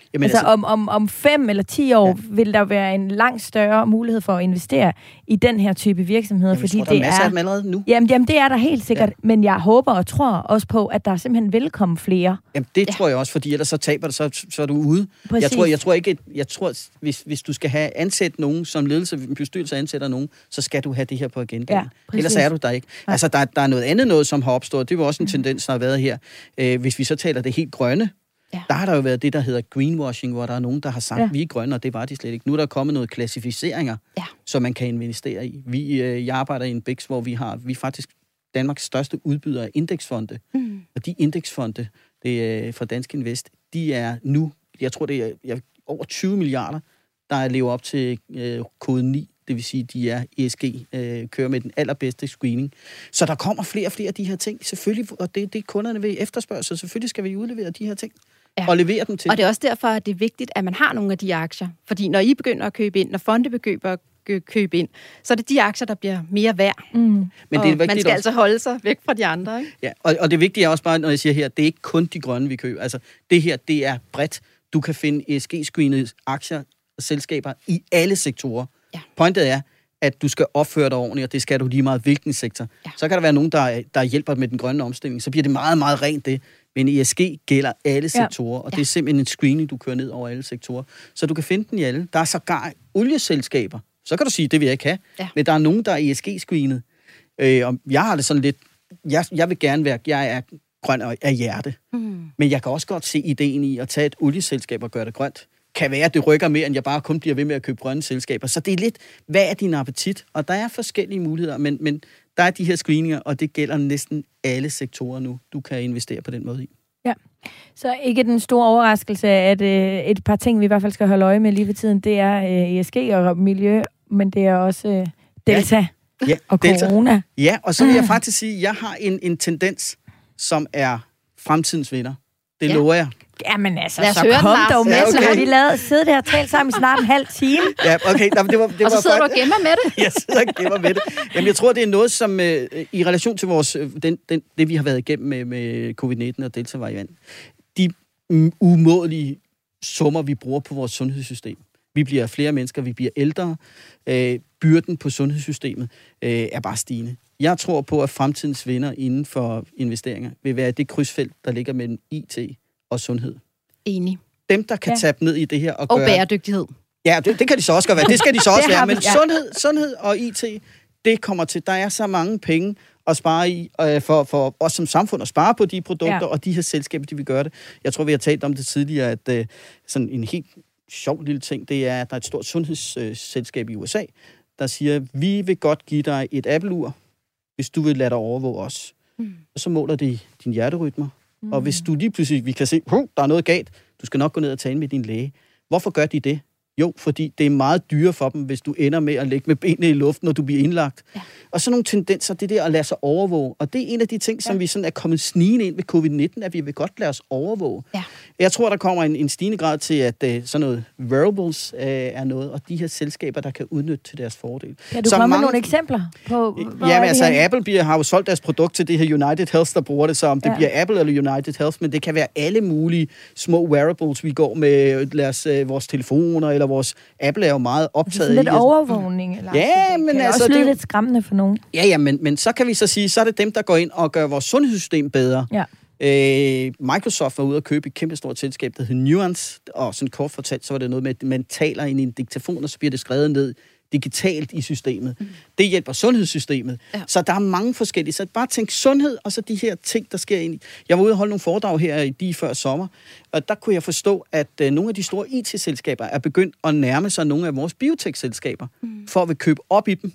Jamen, altså, altså om, om, om fem eller ti år ja. vil der være en langt større mulighed for at investere i den her type virksomheder. Jamen, fordi tror, der det er masser er af dem allerede nu. Jamen, jamen, det er der helt sikkert, ja. men jeg håber og tror også på, at der simpelthen vil komme flere. Jamen, det ja. tror jeg også, fordi ellers så taber det, så, så er du ude. Præcis. Jeg tror, jeg tror ikke, jeg tror, hvis, hvis du skal have ansat nogen som ledelse, bestyrelse ansætter nogen, så skal du have det her på agendaen. Ja, ellers er du der ikke. Ja. Altså, der, der er noget andet noget, som har opstået. Det var også en tendens, der har været her. Øh, hvis vi så taler det helt grønne, ja. der har der jo været det, der hedder greenwashing, hvor der er nogen, der har sagt, ja. vi er grønne, og det var de slet ikke. Nu er der kommet noget klassificeringer, ja. som man kan investere i. Vi, øh, jeg arbejder i en B I X, hvor vi har, vi er faktisk Danmarks største udbyder af indeksfonde. Mm. Og de indeksfonde, det er fra Dansk Invest, de er nu, jeg tror det er jeg, over tyve milliarder, der lever op til øh, kode ni. Det vil sige, at de er E S G, øh, kører med den allerbedste screening. Så der kommer flere og flere af de her ting. Selvfølgelig, og det, det kunderne vil efterspørge, så selvfølgelig skal vi udlevere de her ting. Ja. Og levere dem til. Og det er også derfor, at det er vigtigt, at man har nogle af de aktier. Fordi når I begynder at købe ind, når fonde begynder at købe ind, så er det de aktier, der bliver mere værd. Mm. Men det er man skal også altså holde sig væk fra de andre, ikke? Ja, og, og det vigtige er også bare, når jeg siger her, det er ikke kun de grønne, vi køber. Altså, det her, det er bredt. Du kan finde E S G-screenede aktier og selskaber i alle sektorer. Ja. Pointet er, at du skal opføre dig ordentligt, og det skal du lige meget hvilken sektor. Ja. Så kan der være nogen, der, der hjælper med den grønne omstilling. Så bliver det meget, meget rent det. Men E S G gælder alle sektorer, ja. og det er simpelthen en screening, du kører ned over alle sektorer. Så du kan finde den i alle. Der er sågar olieselskaber. Så kan du sige, det vil jeg ikke have. Ja. Men der er nogen, der er E S G-screenet. Øh, og jeg har det sådan lidt... Jeg, jeg vil gerne være... Jeg er grøn af hjerte. Mm. Men jeg kan også godt se ideen i at tage et olieselskab og gøre det grønt. Kan være, at det rykker mere, end jeg bare kun bliver ved med at købe grønne selskaber. Så det er lidt, hvad er din appetit? Og der er forskellige muligheder, men, men der er de her screeninger, og det gælder næsten alle sektorer nu, du kan investere på den måde i. Ja, så ikke den store overraskelse, at øh, et par ting, vi i hvert fald skal holde øje med lige ved tiden, det er øh, E S G og miljø, men det er også øh, Delta ja. og Delta. corona. Ja, og så vil jeg faktisk sige, at jeg har en, en tendens, som er fremtidens vinder. Det ja. lover jeg. Jamen altså, så kom dog med, ja, okay. så har vi lavet, siddet der og talt sammen i snart en halv time. Ja, okay. Nå, det var, det og så var sidder du og gemmer med det. Jeg sidder og gemmer med det. Jamen, jeg tror, det er noget, som øh, i relation til vores, den, den, det, vi har været igennem med, med covid nitten og Delta-variant, de umådelige summer, vi bruger på vores sundhedssystem. Vi bliver flere mennesker, vi bliver ældre. Øh, byrden på sundhedssystemet øh, er bare stigende. Jeg tror på, at fremtidens vinder inden for investeringer vil være det krydsfelt, der ligger mellem I T og sundhed. Enig. Dem, der kan ja. tabe ned i det her og, og gøre... Og bæredygtighed. Ja, det, det kan de så også godt være. Det skal de så også være. Men ja. sundhed, sundhed og I T, det kommer til... Der er så mange penge at spare i, øh, for, for os som samfund at spare på de produkter, ja. og de her selskaber, de vil gøre det. Jeg tror, vi har talt om det tidligere, at øh, sådan en helt sjov lille ting, det er, at der er et stort sundhedsselskab i U S A, der siger, vi vil godt give dig et Apple-ur, hvis du vil lade dig overvåge os. Mm. Og så måler det din hjerterytmer. Mm. Og hvis du lige pludselig vi kan se, huh, der er noget galt, du skal nok gå ned og tale med din læge. Hvorfor gør de det? Jo, fordi det er meget dyre for dem, hvis du ender med at ligge med benene i luften, når du bliver indlagt. Ja. Og så nogle tendenser, det der at lade sig overvåge. Og det er en af de ting, som ja. vi sådan er kommet snigende ind ved covid nitten, at vi vil godt lade os overvåge. Ja. Jeg tror, der kommer en, en stigende grad til, at uh, sådan noget wearables uh, er noget, og de her selskaber, der kan udnytte til deres fordel. Kan du komme med nogle eksempler på? Ja, men altså Apple bliver, har jo solgt deres produkt til det her United Health, der bruger det, så om det ja. bliver Apple eller United Health, men det kan være alle mulige små wearables, vi går med lad os, uh, vores telefoner eller vores... Apple er jo meget optaget i... Lidt overvågning, eller? Ja, men det altså... også lyde det... lidt skræmmende for nogen. Ja, ja, men, men så kan vi så sige, så er det dem, der går ind og gør vores sundhedssystem bedre. Ja. Øh, Microsoft var ude at købe et kæmpe stort selskab, der hedder Nuance, og sådan kort fortalt, så var det noget med, at man taler ind i en diktafon, og så bliver det skrevet ned digitalt i systemet. Mm. Det hjælper sundhedssystemet. Ja. Så der er mange forskellige. Så bare tænk sundhed, og så de her ting, der sker ind i. Jeg var ude og holde nogle foredrag her i lige før sommer, og der kunne jeg forstå, at uh, nogle af de store I T-selskaber er begyndt at nærme sig nogle af vores biotech-selskaber, mm. for at vil købe op i dem.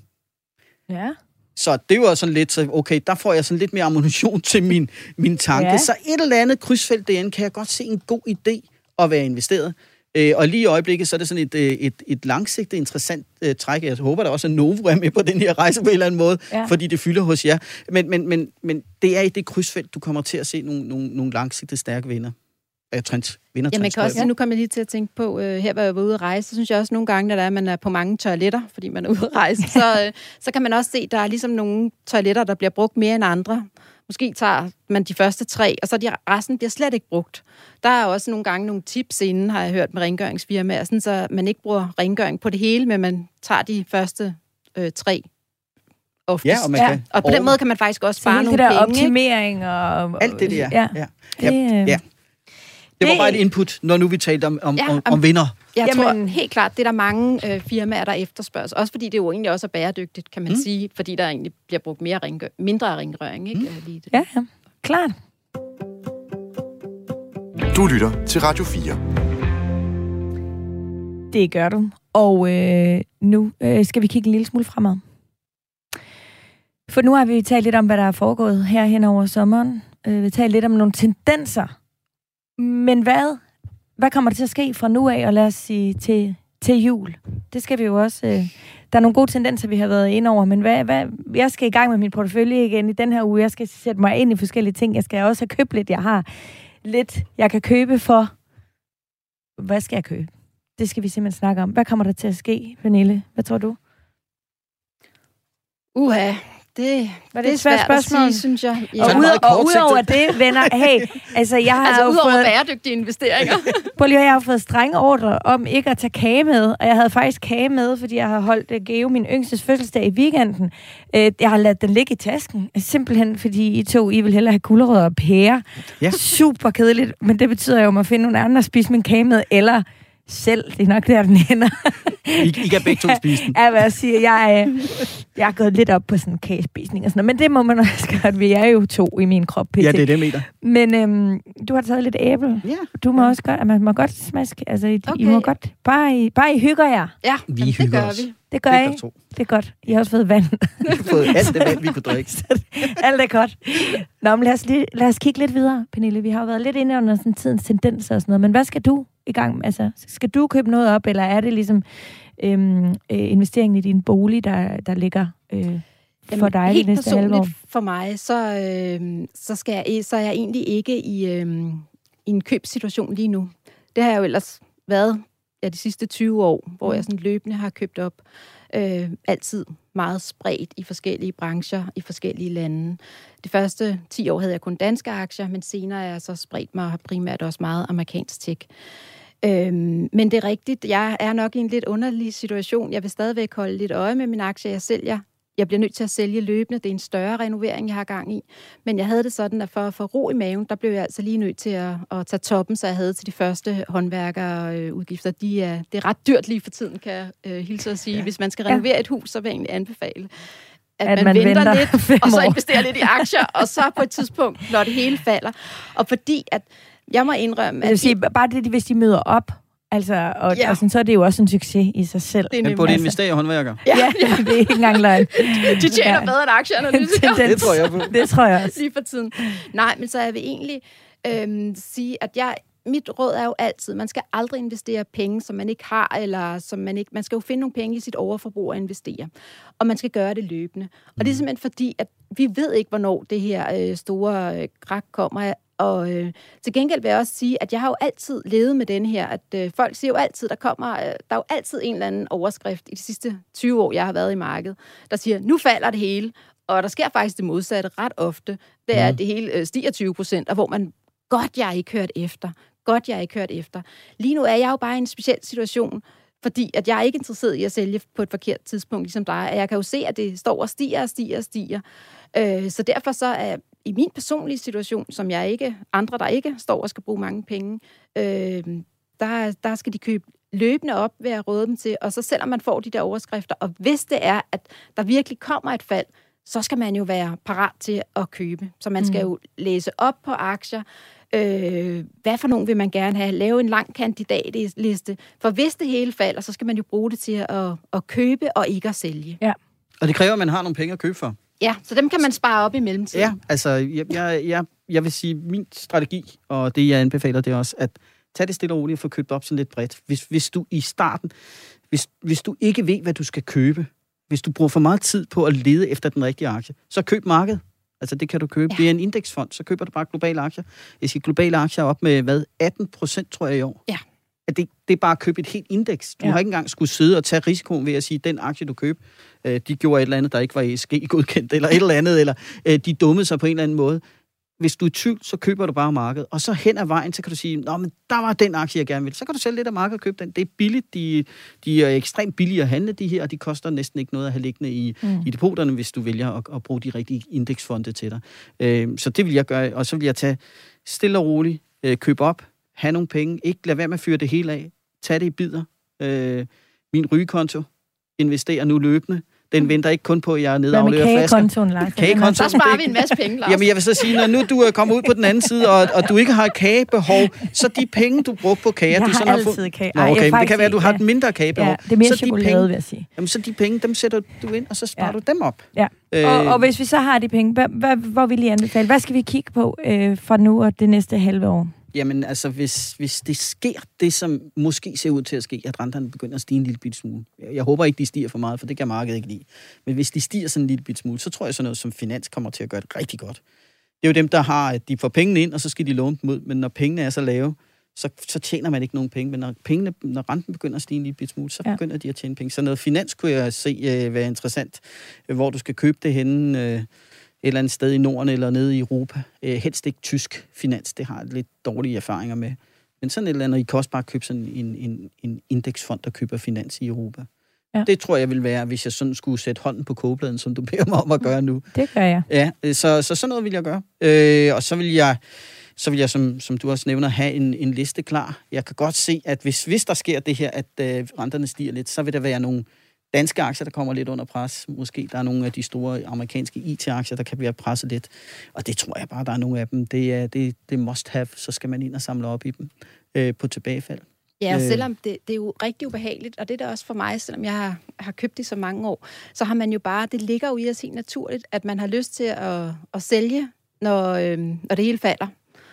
Ja. Så det var sådan lidt, så okay, der får jeg sådan lidt mere ammunition til min, min tanke. Ja. Så et eller andet krydsfelt derinde, kan jeg godt se en god idé at være investeret. Øh, og lige i øjeblikket, så er det sådan et, et, et langsigtet, interessant uh, træk. Jeg håber, der også er Novo er med på den her rejse på en eller anden måde, ja. fordi det fylder hos jer. Men, men, men, men det er i det krydsfelt, du kommer til at se nogle, nogle, nogle langsigtede, stærke vinder. Øh, trends, vinder, ja, man kan også sige, nu kommer jeg lige til at tænke på, øh, her hvor jeg var ude at rejse, så synes jeg også nogle gange, når der er, man er på mange toiletter, fordi man er ude at rejse, så, øh, så kan man også se, der er ligesom nogle toiletter, der bliver brugt mere end andre, Måske tager man de første tre, og så de resten bliver slet ikke brugt. Der er også nogle gange nogle tips inden, har jeg hørt med rengøringsfirmaer, sådan så man ikke bruger rengøring på det hele, men man tager de første øh, tre oftest. Ja, og man kan... Og på den måde kan man faktisk også spare nogle det der penge. optimering og... Alt det der. Ja. Ja. Det, ja. ja. Det var det, bare et input, når nu vi talte om, om, ja, om, om vinder. Jeg Jamen, tror helt klart, det er der mange øh, firmaer, der efterspørges. Også fordi det jo egentlig også er bæredygtigt, kan man mm. sige. Fordi der egentlig bliver brugt mere rengør, mindre rengøring. Ikke? Mm. Lige det. Ja, ja. Klart. Du lytter til Radio fire. Det gør du. Og øh, nu øh, skal vi kigge en lille smule fremad. For nu har vi talt lidt om, hvad der er foregået her hen over sommeren. Øh, vi har talt lidt om nogle tendenser. Men hvad, hvad kommer der til at ske fra nu af, og lad os sige til, til jul? Det skal vi jo også... Øh, der er nogle gode tendenser, vi har været inde over, men hvad, hvad, jeg skal i gang med min portefølje igen i den her uge. Jeg skal sætte mig ind i forskellige ting. Jeg skal også have købt lidt. Jeg har lidt, jeg kan købe for... Hvad skal jeg købe? Det skal vi simpelthen snakke om. Hvad kommer der til at ske, Pernille? Hvad tror du? Uha, det, Var det, det er et svært svært spørgsmål? at sige, synes jeg. Ja. Og, Så er det ud, meget og kortsigtet. udover det, venner, hey, altså jeg har Altså jo udover fået, bæredygtige investeringer. prøv lige, jeg har fået strenge ordre om ikke at tage kage med, og jeg havde faktisk kage med, fordi jeg har holdt uh, Geo, min yngstes fødselsdag, i weekenden. Uh, jeg har ladet den ligge i tasken, simpelthen fordi I to, I vil hellere have gulerødder og pærer. Ja. Super kedeligt, men det betyder jo, at man finder nogle andre at spise min kage med, eller selv. Det er nok der, den ender. I, I kan begge to spise den. Ja, hvad jeg siger, jeg, øh, jeg er gået lidt op på sådan en kagespisning og sådan noget, men det må man også godt. Vi er jo to i min krop, P T. Ja, det er det, jeg mener. Men øhm, du har taget lidt æble. Ja. Du må også godt, man må godt smaske. Altså, I, Okay. I må godt, bare I, bare I hygger jer. Ja, Vi jamen, det hygger gør os. vi. Det gør Det I. kan to. Det er godt. I har også fået vand. Vi har fået alt det vand, vi kunne drikke. Alt er godt. Nå, men lad os, lige, lad os kigge lidt videre, Pernille. Vi har jo været lidt inde under sådan tidens tendenser og sådan noget, men hvad skal du i gang med? Altså, skal du købe noget op, eller er det ligesom øhm, øh, investeringen i din bolig, der, der ligger øh, for dig Helt det næste halvår? personligt for mig, så, øh, så, skal jeg, så er jeg egentlig ikke i, øh, i en købssituation lige nu. Det har jeg jo ellers været ja, de sidste tyve år, hvor jeg sådan løbende har købt op. Øh, altid meget spredt i forskellige brancher, i forskellige lande. De første ti år havde jeg kun danske aktier, men senere er jeg så spredt mig primært også meget amerikansk tech. Øhm, men det er rigtigt, jeg er nok i en lidt underlig situation. Jeg vil stadigvæk holde lidt øje med mine aktier. Jeg sælger. Jeg bliver nødt til at sælge løbende. Det er en større renovering, jeg har gang i. Men jeg havde det sådan, at for at få ro i maven, der blev jeg altså lige nødt til at, at tage toppen, så jeg havde til de første håndværkerudgifter. De er, det er ret dyrt lige for tiden, kan jeg øh, hilse at sige. Ja. Hvis man skal renovere ja. et hus, så vil jeg egentlig anbefale, at, at man, man venter, venter lidt, og så investerer lidt i aktier, og så på et tidspunkt, når det hele falder. Og fordi, at jeg må indrømme... Jeg vil sige, bare det, hvis de møder op, altså, og, ja. og sådan, så er det jo også en succes i sig selv. Men burde investere i håndværker? Ja, ja, det er ikke engang løgn. De tjener ja. bedre end aktieanalytikere. Det tror jeg på. Det tror jeg også. Lige for tiden. Nej, men så jeg vil egentlig øhm, sige, at jeg... Mit råd er jo altid, man skal aldrig investere penge, som man ikke har, eller som man ikke... Man skal jo finde nogle penge i sit overforbrug og investere. Og man skal gøre det løbende. Og det er simpelthen fordi, at vi ved ikke, hvornår det her øh, store øh, krak kommer. Og øh, til gengæld vil jeg også sige, at jeg har jo altid levet med den her, at øh, folk siger jo altid, der kommer... Øh, der er jo altid en eller anden overskrift i de sidste tyve år, jeg har været i markedet, der siger, nu falder det hele. Og der sker faktisk det modsatte ret ofte. Det er, at det hele øh, stiger tyve procent, og hvor man... Godt, jeg ikke hørt efter. Godt, jeg ikke hørt efter. Lige nu er jeg jo bare i en speciel situation, fordi at jeg er ikke interesseret i at sælge på et forkert tidspunkt, ligesom dig. Jeg kan jo se, at det står og stiger og stiger og stiger. Øh, så derfor så er i min personlige situation, som jeg ikke, andre der ikke står og skal bruge mange penge, øh, der, der skal de købe løbende op, ved at råde dem til. Og så selvom man får de der overskrifter, og hvis det er, at der virkelig kommer et fald, så skal man jo være parat til at købe. Så man skal jo læse op på aktier. Øh, hvad for nogen vil man gerne have? Lave en lang kandidatliste. For hvis det hele falder, så skal man jo bruge det til at, at købe og ikke at sælge. Ja. Og det kræver, at man har nogle penge at købe for. Ja, så dem kan man spare op i mellemtiden. Ja, altså, jeg, jeg, jeg, jeg vil sige, min strategi, og det jeg anbefaler, det er også, at tage det stille og roligt og få købt op sådan lidt bredt. Hvis, hvis du i starten, hvis, hvis du ikke ved, hvad du skal købe, hvis du bruger for meget tid på at lede efter den rigtige aktie, så køb markedet. Altså, det kan du købe. Ja. Det er en indeksfond, så køber du bare globale aktier. Jeg siger globale aktier op med, hvad, atten procent, tror jeg, i år. Ja. at det, det er bare at købe et helt indeks. Du ja. har ikke engang skulle sidde og tage risikoen ved at sige, at den aktie, du køber, øh, de gjorde et eller andet, der ikke var E S G-godkendt, eller et eller andet, eller øh, de dummede sig på en eller anden måde. Hvis du er i tvivl, så køber du bare markedet. Og så hen ad vejen, så kan du sige, nå, men der var den aktie, jeg gerne vil. Så kan du sælge lidt af markedet og købe den. Det er billigt. De, de er ekstremt billige at handle, de her, og de koster næsten ikke noget at have liggende i, mm. i depoterne, hvis du vælger at, at bruge de rigtige indeksfonde til dig. Øh, så det vil jeg gøre, og så vil jeg tage stille og roligt, øh, købe op, have nogle penge, ikke lade være med at fyre det hele af, tag det i bidder. Øh, min rygekonto, investerer nu løbende. Den venter ikke kun på, at jeg er nede og afleverer flasker. Kagekontoen, Lars? Kagekontoen, så sparer vi en masse penge, Lars. Jamen, jeg vil så sige, når nu du er kommet ud på den anden side, og, og du ikke har kagebehov, så de penge, du bruger på kager... Jeg du har sådan altid har kage. Nå, okay, men det kan være, at du har et mindre kagebehov. Ja, det er mere så chokolade, penge, vil jeg sige. Jamen, så de penge, dem sætter du ind, og så sparer ja. du dem op. Ja. Øh, og, og hvis vi så har de penge, hvad, hvad, hvor vil I anbefale? Hvad skal vi kigge på øh, fra nu og det næste halve år? Jamen, altså, hvis, hvis det sker, det som måske ser ud til at ske, at renterne begynder at stige en lille bit smule. Jeg håber ikke, de stiger for meget, for det kan markedet ikke lide. Men hvis de stiger sådan en lille bit smule, så tror jeg sådan noget som finans kommer til at gøre det rigtig godt. Det er jo dem, der har, at de får pengene ind, og så skal de låne dem ud. Men når pengene er så lave, så, så tjener man ikke nogen penge. Men når, pengene, når renten begynder at stige en lille bit smule, så begynder ja. de at tjene penge. Så noget finans kunne jeg se øh, være interessant, hvor du skal købe det henne... Øh, et eller andet sted i Norden eller nede i Europa. Eh, helst ikke tysk finans, det har jeg lidt dårlige erfaringer med. Men sådan et eller andet, I kan også bare købe sådan en, en, en indeksfond, der køber finans i Europa. Ja. Det tror jeg vil være, hvis jeg sådan skulle sætte hånden på kogepladen, som du beder mig om at gøre nu. Det gør jeg. Ja, så, så sådan noget vil jeg gøre. Øh, og så vil jeg, så vil jeg som, som du også nævner, have en, en liste klar. Jeg kan godt se, at hvis, hvis der sker det her, at øh, renterne stiger lidt, så vil der være nogle danske aktier, der kommer lidt under pres. Måske der er nogle af de store amerikanske I T-aktier, der kan blive presset lidt. Og det tror jeg bare, der er nogle af dem. Det er det, det must have, så skal man ind og samle op i dem øh, på tilbagefald. Ja, og selvom det, det er jo rigtig ubehageligt, og det er da også for mig, selvom jeg har, har købt det så mange år, så har man jo bare, det ligger jo i os helt naturligt, at man har lyst til at, at sælge, når, øh, når det hele falder.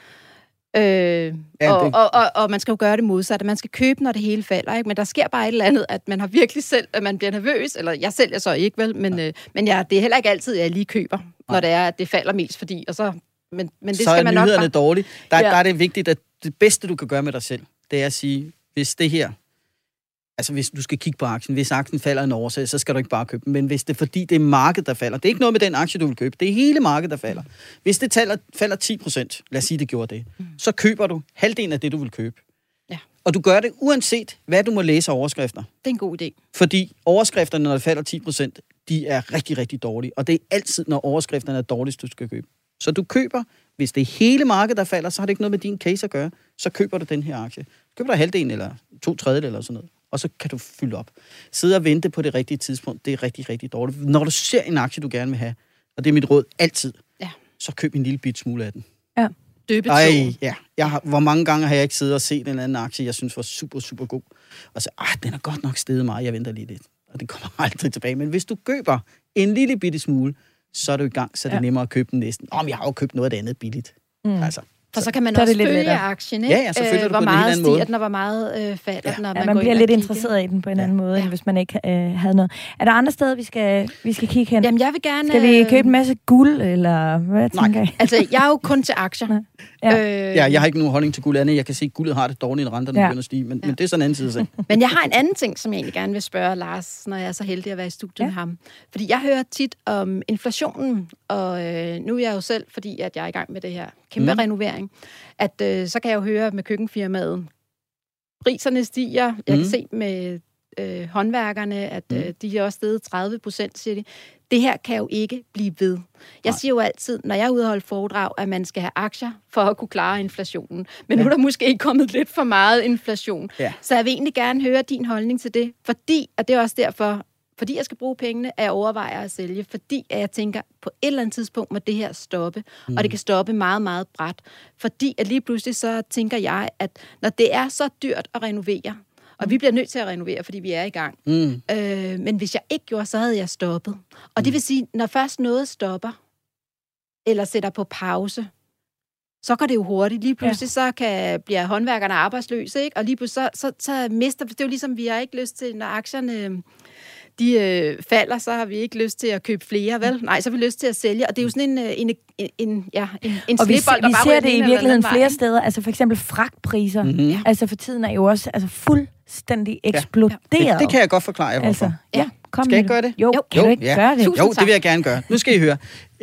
Øh, ja, og, det... og, og, og man skal jo gøre det modsatte. Man skal købe, når det hele falder, ikke? Men der sker bare et eller andet, at man har virkelig selv, at man bliver nervøs, eller jeg sælger så ikke, vel? Men, ja. øh, men ja, det er heller ikke altid, at jeg lige køber, ja. når det er, at det falder mest, fordi, og så... Men, men det så skal er man nok nyhederne bare... dårlige. Der, ja. der er det vigtigt, at det bedste, du kan gøre med dig selv, det er at sige, hvis det her... Altså, hvis du skal kigge på aktien, hvis aktien falder en årsag, så skal du ikke bare købe den. Men hvis det er fordi, det er markedet, der falder. Det er ikke noget med den aktie, du vil købe. Det er hele markedet, der falder. Hvis det taler, falder ti procent, lad os sige, det gjorde det, mm. så køber du halvdelen af det, du vil købe. Ja. Og du gør det uanset, hvad du må læse af overskrifter. Det er en god idé. Fordi overskrifterne, når det falder ti procent, de er rigtig, rigtig dårlige. Og det er altid, når overskrifterne er dårligst, du skal købe. Så du køber, hvis det er hele markedet, der falder, så har det ikke noget med din case at gøre. Så køber du den her aktie. Køber du halvdelen eller to tredjedel eller sådan noget. Og så kan du fylde op. Sidde og vente på det rigtige tidspunkt, det er rigtig, rigtig dårligt. Når du ser en aktie, du gerne vil have, og det er mit råd altid, ja. så køb en lille bit smule af den. Ja. Døbet Ej, ja. Jeg har, hvor mange gange har jeg ikke siddet og set en eller anden aktie, jeg synes var super, super god. Og så, ah, den er godt nok steget meget, jeg venter lige lidt. Og det kommer aldrig tilbage. Men hvis du køber en lille bitte smule, så er du i gang, så er det ja. nemmere at købe den næsten. Åh, oh, jeg har jo købt noget af det andet billigt. Mm. Altså. For så kan man så også følge lettere. Aktien, ikke? Ja, ja, så følger du hvor på meget en anden måde. stiger den, og hvor meget øh, falder ja. den, når ja, man, man går bliver ind lidt kigge. interesseret i den på en ja. anden måde, ja. end hvis man ikke øh, havde noget. Er der andre steder, vi skal, vi skal kigge hen? Jamen, jeg vil gerne... Skal vi købe en masse guld, eller hvad tænker jeg? Altså, jeg er jo kun til aktier. Ja. Øh... ja, jeg har ikke nogen holdning til guld andet. Jeg kan se, at guldet har det dårligt, når renterne ja. begynder at stige, men, ja. men det er sådan en anden side af. Men jeg har en anden ting, som jeg egentlig gerne vil spørge Lars, når jeg er så heldig at være i studiet ja. med ham. Fordi jeg hører tit om inflationen, og øh, nu er jeg jo selv, fordi at jeg er i gang med det her kæmpe mm. renovering, at øh, så kan jeg jo høre med køkkenfirmaet, priserne stiger. Jeg mm. kan se med øh, håndværkerne, at øh, de er også steget tredive procent, siger de. Det her kan jo ikke blive ved. Jeg Nej. siger jo altid, når jeg er ude og holde foredrag, at man skal have aktier for at kunne klare inflationen. Men ja. nu er der måske kommet lidt for meget inflation. Ja. Så jeg vil egentlig gerne høre din holdning til det, fordi, og det er også derfor, fordi jeg skal bruge pengene, at jeg overvejer at sælge, fordi at jeg tænker, på et eller andet tidspunkt må det her stoppe, mm. og det kan stoppe meget, meget brat. Fordi at lige pludselig så tænker jeg, at når det er så dyrt at renovere, og vi bliver nødt til at renovere, fordi vi er i gang. Mm. Øh, men hvis jeg ikke gjorde, så havde jeg stoppet. Og mm. det vil sige, når først noget stopper, eller sætter på pause, så går det jo hurtigt. Lige pludselig ja. så kan, bliver håndværkerne arbejdsløse, ikke? Og lige pludselig så, så, så mister... Det er jo ligesom, vi har ikke lyst til, når aktierne... de øh, falder, så har vi ikke lyst til at købe flere, vel? Nej, så har vi lyst til at sælge, og det er jo sådan en, en, en, ja, en, en og vi, slipbold, vi ser det i virkeligheden flere vej. steder, altså for eksempel fragtpriser, Mm-hmm. altså for tiden er jo også altså fuldstændig eksploderet. Det, det kan jeg godt forklare jer, hvorfor. Altså, ja, kom Skal jeg ikke gøre det? Jo, Jo, kan jo, du ikke ja. gøre det? Tusind Jo, tak. det vil jeg gerne gøre. Nu skal I høre.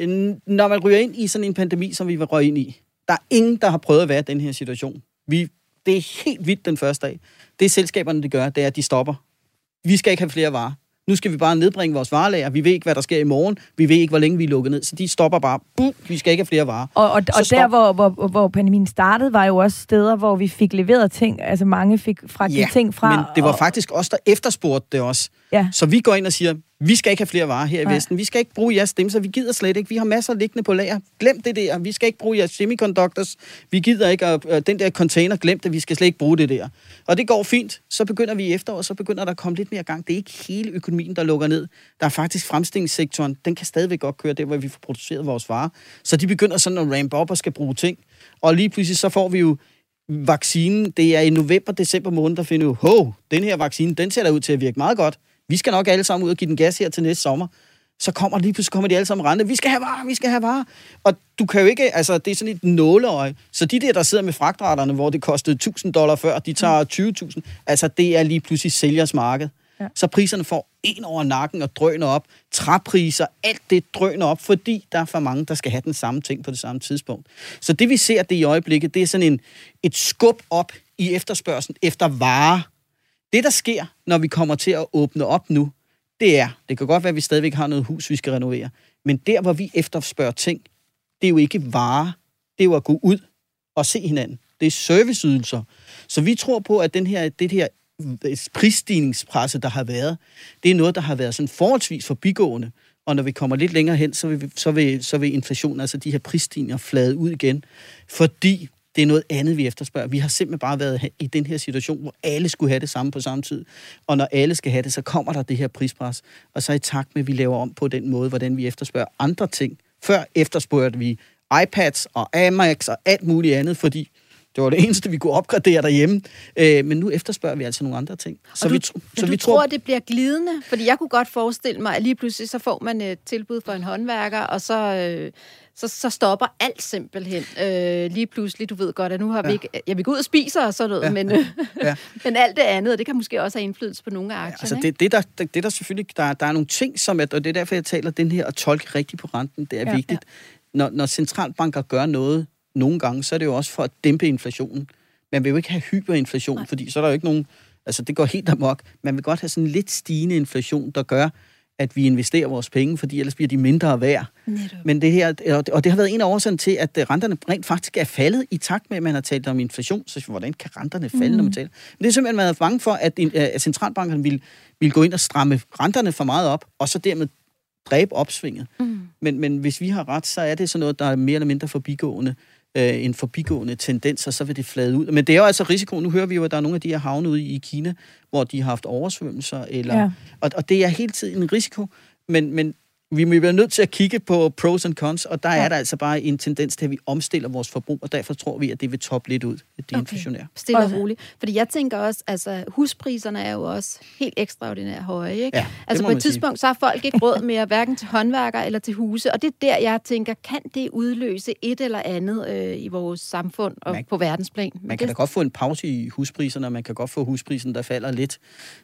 Når man ryger ind i sådan en pandemi, som vi var røget ind i, der er ingen, der har prøvet at være i den her situation. Vi, det er helt vildt den første dag. Det selskaberne, de gør, det er, at de stopper. Vi skal ikke have flere varer. Nu skal vi bare nedbringe vores varelager. Vi ved ikke, hvad der sker i morgen. Vi ved ikke, hvor længe vi er lukket ned. Så de stopper bare. Buh, vi skal ikke have flere varer. Og, og, og der, hvor, hvor, hvor pandemien startede, var jo også steder, hvor vi fik leveret ting. Altså mange fik fragtet Ja, ting fra. men det var og, faktisk os, der efterspurgte det også. Ja. Så vi går ind og siger, vi skal ikke have flere varer her i Nej. Vesten. Vi skal ikke bruge jeres stemme, så vi gider slet ikke. Vi har masser liggende på lager. Glem det der. Vi skal ikke bruge jeres semiconductors. Vi gider ikke, at, uh, den der container, glem det. Vi skal slet ikke bruge det der. Og det går fint. Så begynder vi i efteråret, så begynder der at komme lidt mere gang. Det er ikke hele økonomien, der lukker ned. Der er faktisk fremstillingssektoren. Den kan stadigvæk godt køre der, hvor vi får produceret vores varer. Så de begynder sådan at rampe op og skal bruge ting. Og lige pludselig så får vi jo vaccinen. Det er i november, december måned, der finder jo, hov, den her vaccine, den ser da ud til at virke meget godt. Vi skal nok alle sammen ud og give den gas her til næste sommer. Så kommer lige pludselig kommer de alle sammen rende. Vi skal have varer, vi skal have varer. Og du kan jo ikke, altså det er sådan et nåleøje. Så de der, der sidder med fragtraterne, hvor det kostede tusind dollar før, de tager tyve tusind. Altså det er lige pludselig sælgers marked. Ja. Så priserne får en over nakken og drøner op. Træpriser, alt det drøner op, fordi der er for mange, der skal have den samme ting på det samme tidspunkt. Så det vi ser det i øjeblikket, det er sådan en, et skub op i efterspørgslen efter varer. Det, der sker, når vi kommer til at åbne op nu, det er, det kan godt være, at vi stadigvæk har noget hus, vi skal renovere, men der, hvor vi efterspørger ting, det er jo ikke varer, det er jo at gå ud og se hinanden. Det er serviceydelser. Så vi tror på, at den her, det her prisstigningspresse, der har været, det er noget, der har været sådan forholdsvis forbigående, og når vi kommer lidt længere hen, så vil, så vil, så vil inflationen, altså de her prisstigninger, flade ud igen, fordi det er noget andet, vi efterspørger. Vi har simpelthen bare været i den her situation, hvor alle skulle have det samme på samme tid. Og når alle skal have det, så kommer der det her prispres. Og så i takt med, at vi laver om på den måde, hvordan vi efterspørger andre ting. Før efterspørgte vi iPads og Amex og alt muligt andet, fordi det var det eneste, vi kunne opgradere derhjemme. Øh, men nu efterspørger vi altså nogle andre ting. Så og du, vi, tro, så du vi tror, tror, det bliver glidende? Fordi jeg kunne godt forestille mig, at lige pludselig så får man et tilbud fra en håndværker, og så, øh, så, så stopper alt simpelthen. Øh, lige pludselig, du ved godt, at nu har vi ja. ikke... Jeg vil gå ud og spise og sådan noget, Ja. men, øh, Ja. men alt det andet, og det kan måske også have indflydelse på nogle af aktierne. Altså det, det, der, det der selvfølgelig, der, der er nogle ting, som er, og det er derfor, jeg taler den her at tolke rigtigt på renten, det er Ja, vigtigt. Ja. Når, når centralbanker gør noget nogle gange, så er det jo også for at dæmpe inflationen. Man vil jo ikke have hyperinflation, Nej. fordi så er der jo ikke nogen... Altså, det går helt amok. Man vil godt have sådan en lidt stigende inflation, der gør, at vi investerer vores penge, fordi ellers bliver de mindre værd. Netop. Men det her... Og det har været en af årsagerne til, at renterne rent faktisk er faldet i takt med, at man har talt om inflation. Så hvordan kan renterne falde, mm. når man taler? Men det er simpelthen, man er bange for, at, at centralbankerne vil, vil gå ind og stramme renterne for meget op, og så dermed dræbe opsvinget. Mm. Men, men hvis vi har ret, så er det sådan noget, der er mere eller mindre forbigående. Øh, en forbigående tendens, og så vil det flade ud. Men det er jo altså risiko. Nu hører vi jo, at der er nogle af de her havne ude i Kina, hvor de har haft oversvømmelser, eller, ja. og, og det er hele tiden en risiko, men, men vi må være nødt til at kigge på pros and cons, og der ja. er der altså bare en tendens til, at vi omstiller vores forbrug, og derfor tror vi, at det vil toppe lidt ud, det okay. inflationære. Stille og roligt. Fordi jeg tænker også, altså huspriserne er jo også helt ekstraordinært høje, ikke? Ja, altså på et tidspunkt, sige. Så har folk ikke råd mere, hverken til håndværker eller til huse, og det er der, jeg tænker, kan det udløse et eller andet øh, i vores samfund og man, på verdensplan? Men man kan det... da godt få en pause i huspriserne, og man kan godt få husprisen, der falder lidt,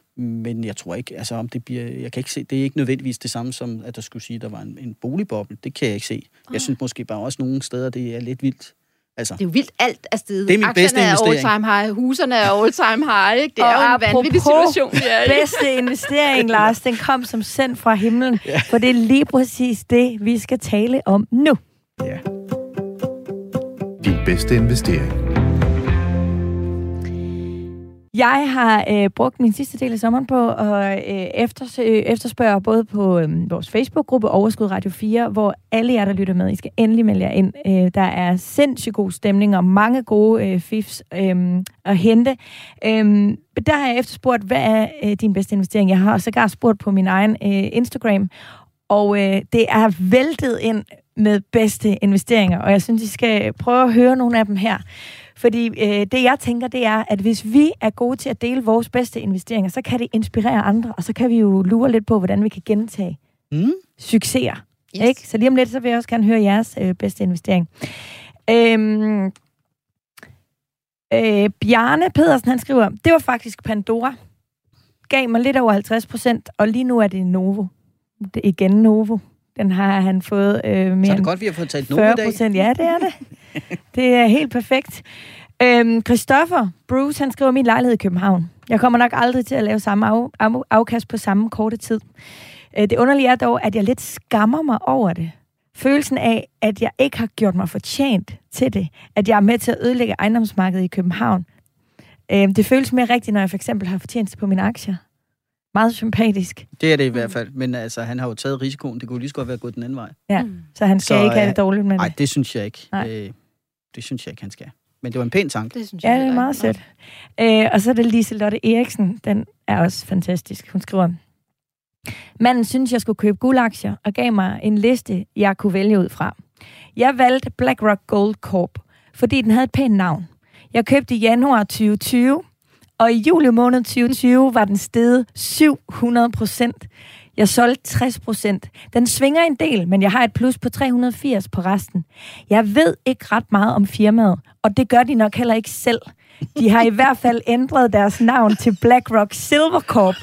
men jeg tror ikke, altså om det bliver, jeg kan ikke se, det er ikke nødvendigvis det samme som, at der skulle sige, at der var en, en boligboble. Det kan jeg ikke se. Jeg oh. synes måske bare også nogle steder, det er lidt vildt. Altså, det er jo vildt alt afsted. Det er min bedste investering. Er all-time high, huserne er all-time high, ikke? Det er og jo en vanvittig situation, vi er i. Bedste investering, Lars, den kom som sendt fra himlen, ja. For det er lige præcis det, vi skal tale om nu. Ja. Din bedste investering. Jeg har øh, brugt min sidste del af sommeren på at øh, eftersøge, efterspørge både på øh, vores Facebook-gruppe Overskud Radio fire, hvor alle jer, der lytter med, I skal endelig melde jer ind. Øh, der er sindssygt god stemning og mange gode øh, fifs øh, at hente. Øh, der har jeg efterspurgt, hvad er øh, din bedste investering? Jeg har sågar spurgt på min egen øh, Instagram, og øh, det er væltet ind med bedste investeringer, og jeg synes, I skal prøve at høre nogle af dem her. Fordi øh, det, jeg tænker, det er, at hvis vi er gode til at dele vores bedste investeringer, så kan det inspirere andre, og så kan vi jo lure lidt på, hvordan vi kan gentage mm. succeser. Yes. Ikke? Så lige om lidt, så vil jeg også gerne høre jeres øh, bedste investering. Øhm, øh, Bjarne Pedersen, han skriver, det var faktisk Pandora. Gav mig lidt over halvtreds procent, og lige nu er det Novo. Det er igen Novo. Den har han fået øh, mere så er det godt, vi har fået talt Novo fyrre i dag. procent. Ja, det er det. Det er helt perfekt. Øhm, Christoffer Bruce, han skriver, min lejlighed i København. Jeg kommer nok aldrig til at lave samme af, af, afkast på samme korte tid. Øh, det underlige er dog, at jeg lidt skammer mig over det. Følelsen af, at jeg ikke har gjort mig fortjent til det. At jeg er med til at ødelægge ejendomsmarkedet i København. Øh, det føles mere rigtigt, når jeg for eksempel har fortjent på mine aktier. Meget sympatisk. Det er det i hvert fald. Men altså, han har jo taget risikoen. Det kunne lige så godt være gået den anden vej. Ja, mm. så han skal så, ikke have det dårligt med det. Nej, det synes jeg ikke. Øh, det synes jeg ikke, han skal. Men det var en pæn tanke. Det synes jeg, ja, det er meget sødt. Øh, og så er det Liselotte Eriksen. Den er også fantastisk. Hun skriver, manden synes, jeg skulle købe guldaktier og gav mig en liste, jeg kunne vælge ud fra. Jeg valgte BlackRock Gold Corp, fordi den havde et pænt navn. Jeg købte i januar tyve tyve, og i juli måned tyve tyve var den steget syv hundrede procent. Jeg solgte tres procent. Den svinger en del, men jeg har et plus på tre hundrede og firs på resten. Jeg ved ikke ret meget om firmaet, og det gør de nok heller ikke selv. De har i hvert fald ændret deres navn til BlackRock Silver Corp.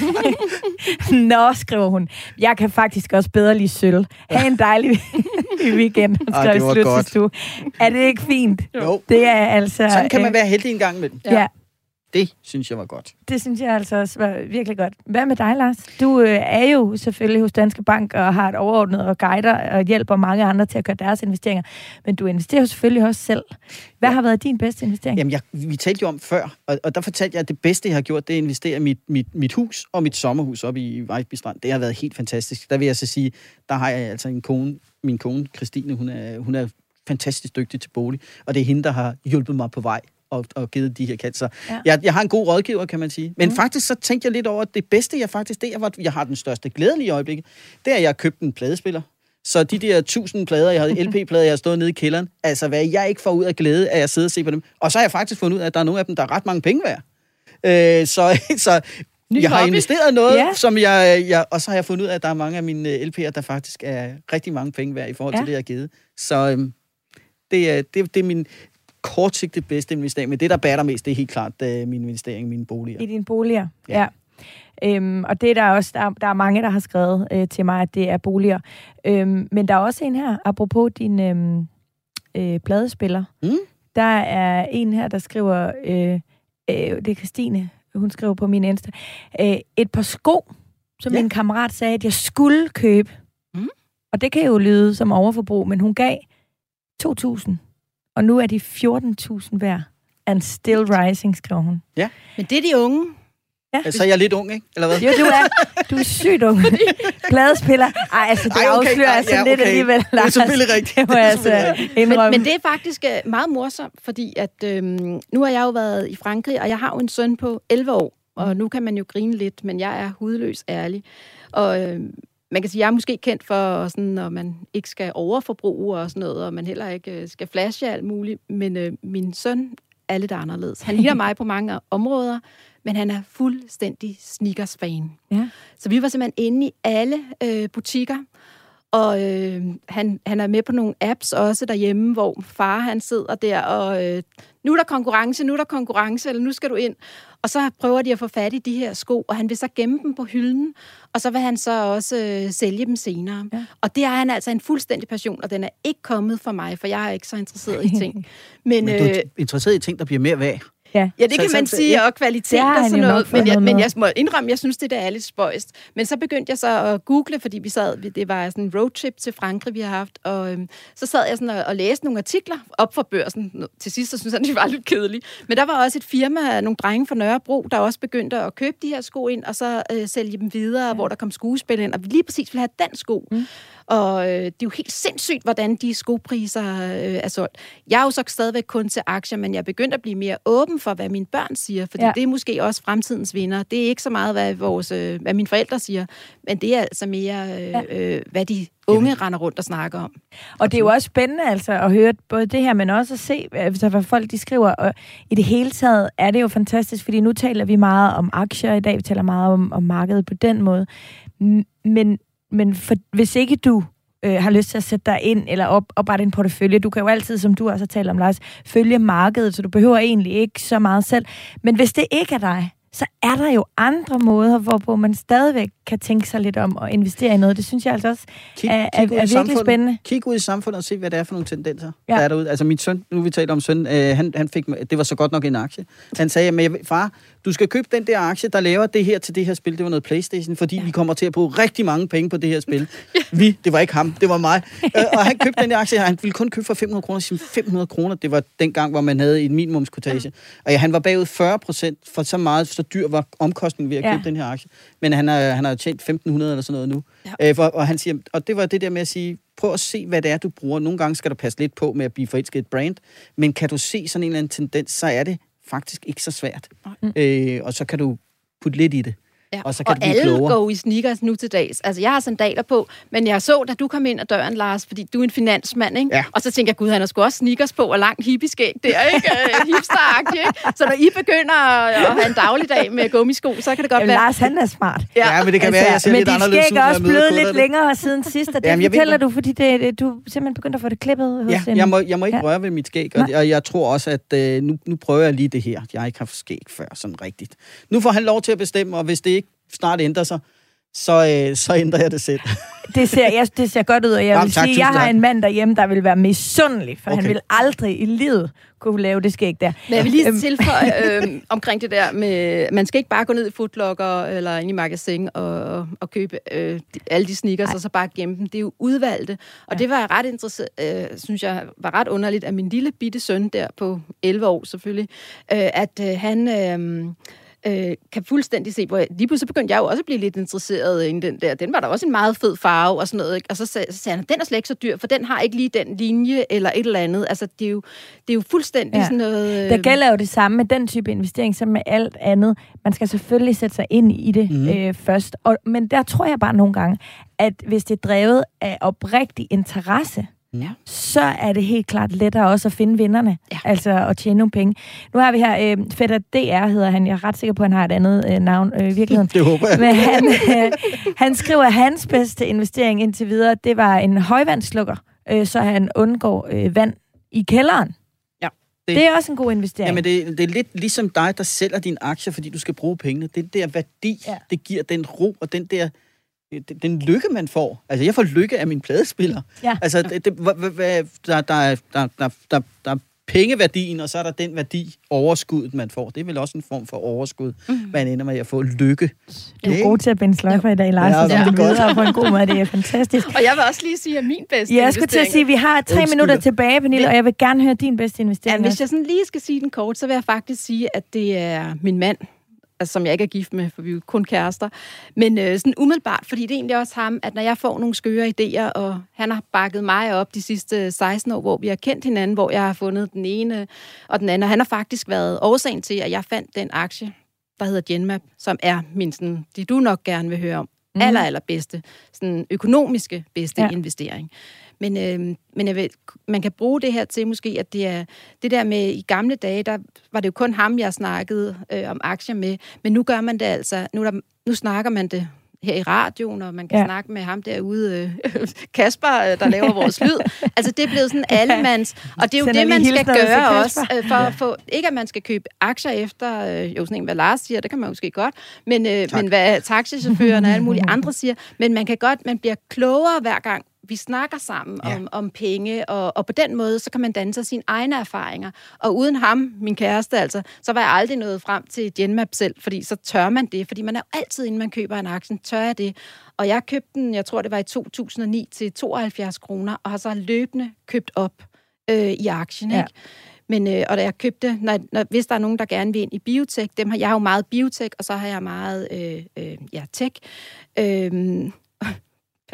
Nå, skriver hun. Jeg kan faktisk også bedre lide sølv. Ha' en dejlig weekend. Ah, det var godt. Stue. Er det ikke fint? Jo. Det er altså... Sådan kan man være heldig en gang med den. Ja. ja. Det synes jeg var godt. Det synes jeg altså også var virkelig godt. Hvad med dig, Lars? Du øh, er jo selvfølgelig hos Danske Bank og har et overordnet og guider og hjælper mange andre til at gøre deres investeringer. Men du investerer jo selvfølgelig også selv. Hvad ja. har været din bedste investering? Jamen, jeg, vi talte jo om før, og, og der fortalte jeg, at det bedste, jeg har gjort, det er at investere i mit, mit, mit hus og mit sommerhus oppe i Vejby Strand. Det har været helt fantastisk. Der vil jeg så sige, der har jeg altså en kone, min kone, Christine, hun er, hun er fantastisk dygtig til bolig, og det er hende, der har hjulpet mig på vej. Og, og givet de her kasser. Ja. Jeg, jeg har en god rådgiver, kan man sige. Men mm. faktisk så tænkte jeg lidt over, at det bedste, jeg faktisk, det er, hvor jeg har den største glæde lige i øjeblikket, det er, at jeg har købt en pladespiller. Så de der tusind plader, jeg havde, L P-plader, jeg har stået nede i kælderen, altså hvad jeg ikke får ud af glæde af at sidde og se på dem. Og så har jeg faktisk fundet ud af, at der er nogle af dem, der er ret mange penge værd. Øh, så så jeg har investeret noget, yeah. som jeg, jeg... Og så har jeg fundet ud af, at der er mange af mine L P'er, der faktisk er rigtig mange penge værd i forhold til ja. det, jeg har givet. Så øhm, det, er, det, det er min... kortsigtet bedste investering, men det, der batter mest, det er helt klart uh, min investering i mine boliger. I dine boliger, ja. ja. Øhm, og det er der også, der, der er mange, der har skrevet øh, til mig, at det er boliger. Øhm, men der er også en her, apropos din øhm, øh, pladespiller. Mm. Der er en her, der skriver, øh, øh, det er Christine, hun skriver på min Insta, øh, et par sko, som ja. min kammerat sagde, at jeg skulle købe. Mm. Og det kan jo lyde som overforbrug, men hun gav to tusind. Og nu er de fjorten tusind værd. And still rising, skriver hun. Ja. Men det er de unge. Ja. Så er jeg lidt ung, ikke? Eller hvad? Jo, du er, du er sygt ung. Pladespiller. Ej, altså, det Ej, okay. afslører Ej, altså ja, okay. lidt alligevel. Det er selvfølgelig rigtigt. Det må jeg altså indrømme. Men, men det er faktisk uh, meget morsomt, fordi at, øhm, nu har jeg jo været i Frankrig, og jeg har jo en søn på elleve år, og nu kan man jo grine lidt, men jeg er hudløs ærlig. Og øhm, man kan sige, jeg er måske kendt for, sådan, når man ikke skal overforbruge og sådan noget, og man heller ikke skal flashe alt muligt. Men øh, min søn er lidt anderledes. Han ligner mig på mange områder, men han er fuldstændig sneakers-fan. Ja. Så vi var simpelthen inde i alle øh, butikker, og øh, han, han er med på nogle apps også derhjemme, hvor far han sidder der, og øh, nu er der konkurrence, nu er der konkurrence, eller nu skal du ind. Og så prøver de at få fat i de her sko, og han vil så gemme dem på hylden, og så vil han så også øh, sælge dem senere. Ja. Og det er han altså en fuldstændig passion, og den er ikke kommet fra mig, for jeg er ikke så interesseret i ting. Men, men du er interesseret i ting, der bliver mere værd? Ja, ja det så, kan man så, sige, ja. og kvalitet og sådan noget. Men jeg, men jeg må indrømme, jeg synes, det der er lidt spøjst. Men så begyndte jeg så at google, fordi vi sad, det var sådan en roadtrip til Frankrig, vi har haft, og øhm, så sad jeg sådan og, og læste nogle artikler op fra børsen. Til sidst, så synes jeg, det var lidt kedeligt. Men der var også et firma, nogle drenge fra Nørrebro, der også begyndte at købe de her sko ind, og så øh, sælge dem videre, ja. hvor der kom skuespil ind, og vi lige præcis ville have den sko. Mm. Og øh, det er jo helt sindssygt, hvordan de skopriser øh, er solgt. Jeg er jo så stadigvæk kun til aktier, men jeg er begyndt at blive mere åben for, hvad mine børn siger, fordi ja. det er måske også fremtidens vinder. Det er ikke så meget, hvad, vores, øh, hvad mine forældre siger, men det er altså mere, øh, øh, hvad de unge render rundt og snakker om. Og det er jo også spændende altså at høre både det her, men også at se, altså, hvad folk de skriver. Og i det hele taget er det jo fantastisk, fordi nu taler vi meget om aktier i dag, vi taler meget om, om markedet på den måde. Men, men for, hvis ikke du øh, har lyst til at sætte dig ind eller op, oprette en portefølje, du kan jo altid, som du også har talt om, Lars, følge markedet, så du behøver egentlig ikke så meget selv. Men hvis det ikke er dig, så er der jo andre måder, hvorpå man stadigvæk kan tænke sig lidt om at investere i noget. Det synes jeg altså også kig, er, kig er, er virkelig spændende. Kig ud i samfundet og se, hvad det er for nogle tendenser, ja. der er derude. Altså min søn, nu vi taler om søn, øh, han, han fik, det var så godt nok en aktie. Han sagde, men far, du skal købe den der aktie, der laver det her til det her spil. Det var noget PlayStation, fordi ja. vi kommer til at bruge rigtig mange penge på det her spil. ja. Vi, det var ikke ham, det var mig. øh, og han købte den der aktie, han ville kun købe for fem hundrede kroner. fem hundrede kroner, det var den gang, hvor man havde en minimumskortage. Ja. Og ja, han var bagud fyrre procent, for så meget, så dyr var omkostningen ved at købe ja. den her aktie. Men han har, han har tjent femten hundrede eller sådan noget nu. Ja. Øh, for, og han siger, og det var det der med at sige, prøv at se, hvad det er, du bruger. Nogle gange skal du passe lidt på med at blive forelsket et brand, men kan du se sådan en eller anden tendens, så er det faktisk ikke så svært. Mm. Øh, og så kan du putte lidt i det. Ja. Og så kan og det blive alle klogere. går i sneakers nu til dags. Altså, jeg har sandaler på, men jeg så, da du kom ind ad døren, Lars, fordi du er en finansmand, ikke? Ja. Og så tænker jeg, gud, han har sgu også sneakers på og langt hippieskæg der, ikke? Hipsteragtigt, ikke? Så når I begynder at have en dagligdag med gummisko, så kan det godt Jamen, være... Lars, han er smart. Ja, ja men det kan altså, være, jeg ser lidt anderledes ud, når jeg møder kunderne. Men de skæg er også blevet lidt længere siden sidst, og det Jamen, fortæller du, fordi det, det, du simpelthen begyndte at få det klippet hos ja, en... jeg må, jeg må ikke ja. røre ved mit skæg, og, og jeg tror også, at øh, nu, nu prøver jeg lige det her. Jeg har ikke haft skæg før, sådan rigtigt. Nu får han lov til at bestemme, og hvis det ikke snart ændrer sig, så, øh, så ændrer jeg det selv. Det ser, jeg, det ser godt ud, og jeg Jamen, vil tak, sige, jeg har tak. en mand derhjemme, der vil være misundelig, for okay. han vil aldrig i livet kunne lave det skæg der. Men jeg vil lige tilføje øh, omkring det der med, man skal ikke bare gå ned i Foot Locker eller ind i magasin og, og, og købe øh, alle de sneakers, Ej. og så bare gemme dem. Det er jo udvalgte. Og ja. det var jeg ret interesseret, øh, synes jeg var ret underligt, at min lille bitte søn der på elleve år selvfølgelig, øh, at øh, han... Øh, Øh, kan fuldstændig se, hvor jeg, lige pludselig begyndte jeg jo også at blive lidt interesseret i den der. Den var der også en meget fed farve og sådan noget, ikke? Og så sagde, så sagde han, den er slet ikke så dyr, for den har ikke lige den linje eller et eller andet. Altså, det er jo, det er jo fuldstændig ja. sådan noget... Øh... Der gælder jo det samme med den type investering, som med alt andet. Man skal selvfølgelig sætte sig ind i det mm. øh, først. Og, men der tror jeg bare nogle gange, at hvis det er drevet af oprigtig interesse, ja. så er det helt klart lettere også at finde vinderne, ja. altså at tjene nogle penge. Nu har vi her, øh, Fætter D R hedder han, jeg er ret sikker på, at han har et andet øh, navn øh, i virkeligheden. Det håber jeg. Men han, øh, han skriver, at hans bedste investering indtil videre, det var en højvandslukker, øh, så han undgår øh, vand i kælderen. Ja. Det, det er også en god investering. Jamen, det, det er lidt ligesom dig, der sælger dine aktier, fordi du skal bruge pengene. Den der værdi, ja. det giver den ro og den der... den lykke, man får. Altså, jeg får lykke af mine pladespillere. Ja. Altså, det, det, der, der, er, der, der, der, der er pengeværdien, og så er der den værdi, overskuddet, man får. Det er vel også en form for overskud, mm. man ender med at få lykke. Du er god til at binde sløjfer i dag, Lars, ja, så det videre på en god måde. Det er fantastisk. Og jeg vil også lige sige, at min bedste ja, jeg skulle til at sige, at vi har tre Undskyld. minutter tilbage, Pernille, og jeg vil gerne høre din bedste investering. Ja, hvis jeg sådan lige skal sige den kort, så vil jeg faktisk sige, at det er min mand, altså, som jeg ikke er gift med, for vi er jo kun kærester. Men øh, sådan umiddelbart, fordi det er egentlig også ham, at når jeg får nogle skøre idéer, og han har bakket mig op de sidste seksten år, hvor vi har kendt hinanden, hvor jeg har fundet den ene og den anden, og han har faktisk været årsagen til, at jeg fandt den aktie, der hedder Genmap, som er min sådan, det du nok gerne vil høre om, mm. aller, aller bedste, sådan økonomiske bedste ja. investering. Men, øh, men jeg ved, man kan bruge det her til måske, at det er det der med, i gamle dage, der var det jo kun ham, jeg snakkede øh, om aktier med, men nu gør man det altså, nu, der, nu snakker man det her i radioen, og man kan ja. snakke med ham derude, øh, Kasper, der laver vores lyd. Altså, det er blevet sådan allemands, og det er jo Sender det, man skal gøre også, øh, for ja. at få, ikke at man skal købe aktier efter, øh, jo sådan en, hvad Lars siger, det kan man måske godt, men, øh, men hvad taxichaufførerne og alle mulige andre siger, men man kan godt, man bliver klogere hver gang, vi snakker sammen ja. om, om penge, og, og på den måde, så kan man danne sig sine egne erfaringer. Og uden ham, min kæreste altså, så var jeg aldrig nået frem til Genmap selv, fordi så tør man det, fordi man er jo altid, inden man køber en aktie, tør jeg det. Og jeg købte den, jeg tror det var i to tusind og ni, til tooghalvfjerds kroner, og har så løbende købt op øh, i aktien, ikke? Ja. Men, øh, og da jeg købte, når, når, hvis der er nogen, der gerne vil ind i biotech, dem har jeg har jo meget biotech, og så har jeg meget øh, øh, ja, tech. Øh,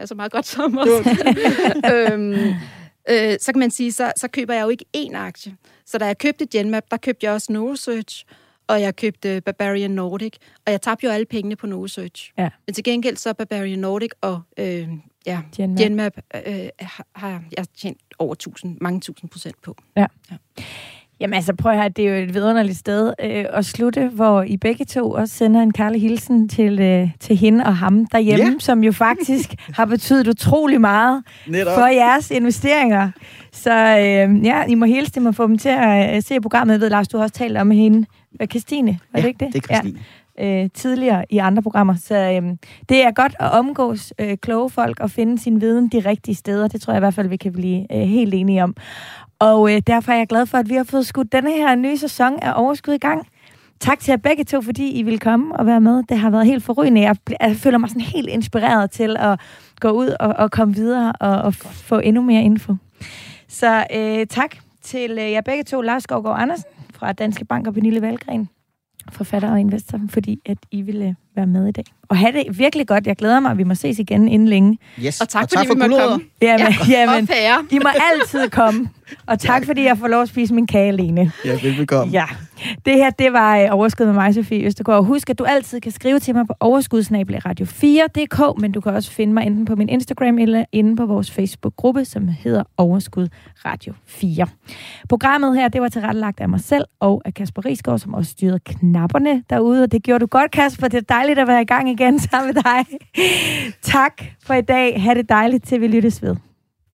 passer meget godt som os. øhm, øh, så kan man sige, så, så køber jeg jo ikke én aktie. Så da jeg købte Genmab, der købte jeg også Novosearch, og jeg købte Bavarian Nordic, og jeg tabte jo alle pengene på Novosearch. Ja. Men til gengæld så Bavarian Nordic og øh, ja, Genmab, Genmab øh, har jeg tjent over tusind, mange tusind procent på. Ja. Ja. Jamen altså, prøv at høre, det er jo et vidunderligt sted øh, at slutte, hvor I begge to også sender en kærlig hilsen til, øh, til hende og ham derhjemme, yeah. som jo faktisk har betydet utrolig meget Netop. for jeres investeringer. Så øh, ja, I må hilse dem og få dem til at øh, se programmet. Jeg ved, Lars, du har også talt om hende. Christine, var ja, det ikke det? det er Christine. Ja. Øh, tidligere i andre programmer. Så øh, det er godt at omgås øh, kloge folk og finde sin viden de rigtige steder. Det tror jeg i hvert fald, vi kan blive øh, helt enige om. Og øh, derfor er jeg glad for, at vi har fået skudt denne her nye sæson af Overskud i gang. Tak til jer begge to, fordi I ville komme og være med. Det har været helt forrygende. Jeg, jeg føler mig sådan helt inspireret til at gå ud og, og komme videre og, og få endnu mere info. Så øh, tak til øh, jer begge to, Lars Skovgaard Andersen fra Danske Bank og Pernille Wahlgren, forfatter og investor, fordi at I ville være med i dag. Og have det virkelig godt. Jeg glæder mig, at vi må ses igen inden længe. Yes. Og tak, og fordi tak for vi måtte komme. Jamen, ja, jamen, I må altid komme. Og tak, fordi jeg får lov at spise min kage alene. Ja, velbekomme. Ja. Det her, det var uh, Overskud med mig, Sofie Østergaard. Husk, at du altid kan skrive til mig på overskud snabel-a radio fire punktum d k, men du kan også finde mig enten på min Instagram eller inde på vores Facebook-gruppe, som hedder Overskud Radio fire. Programmet her, det var tilrettelagt af mig selv og af Kasper Risgaard, som også styrede knapperne derude. Og det gjorde du godt, Kasper. Det er dejligt at være i gang igen sammen med dig. Tak for i dag. Ha' det dejligt, til vi lyttes ved.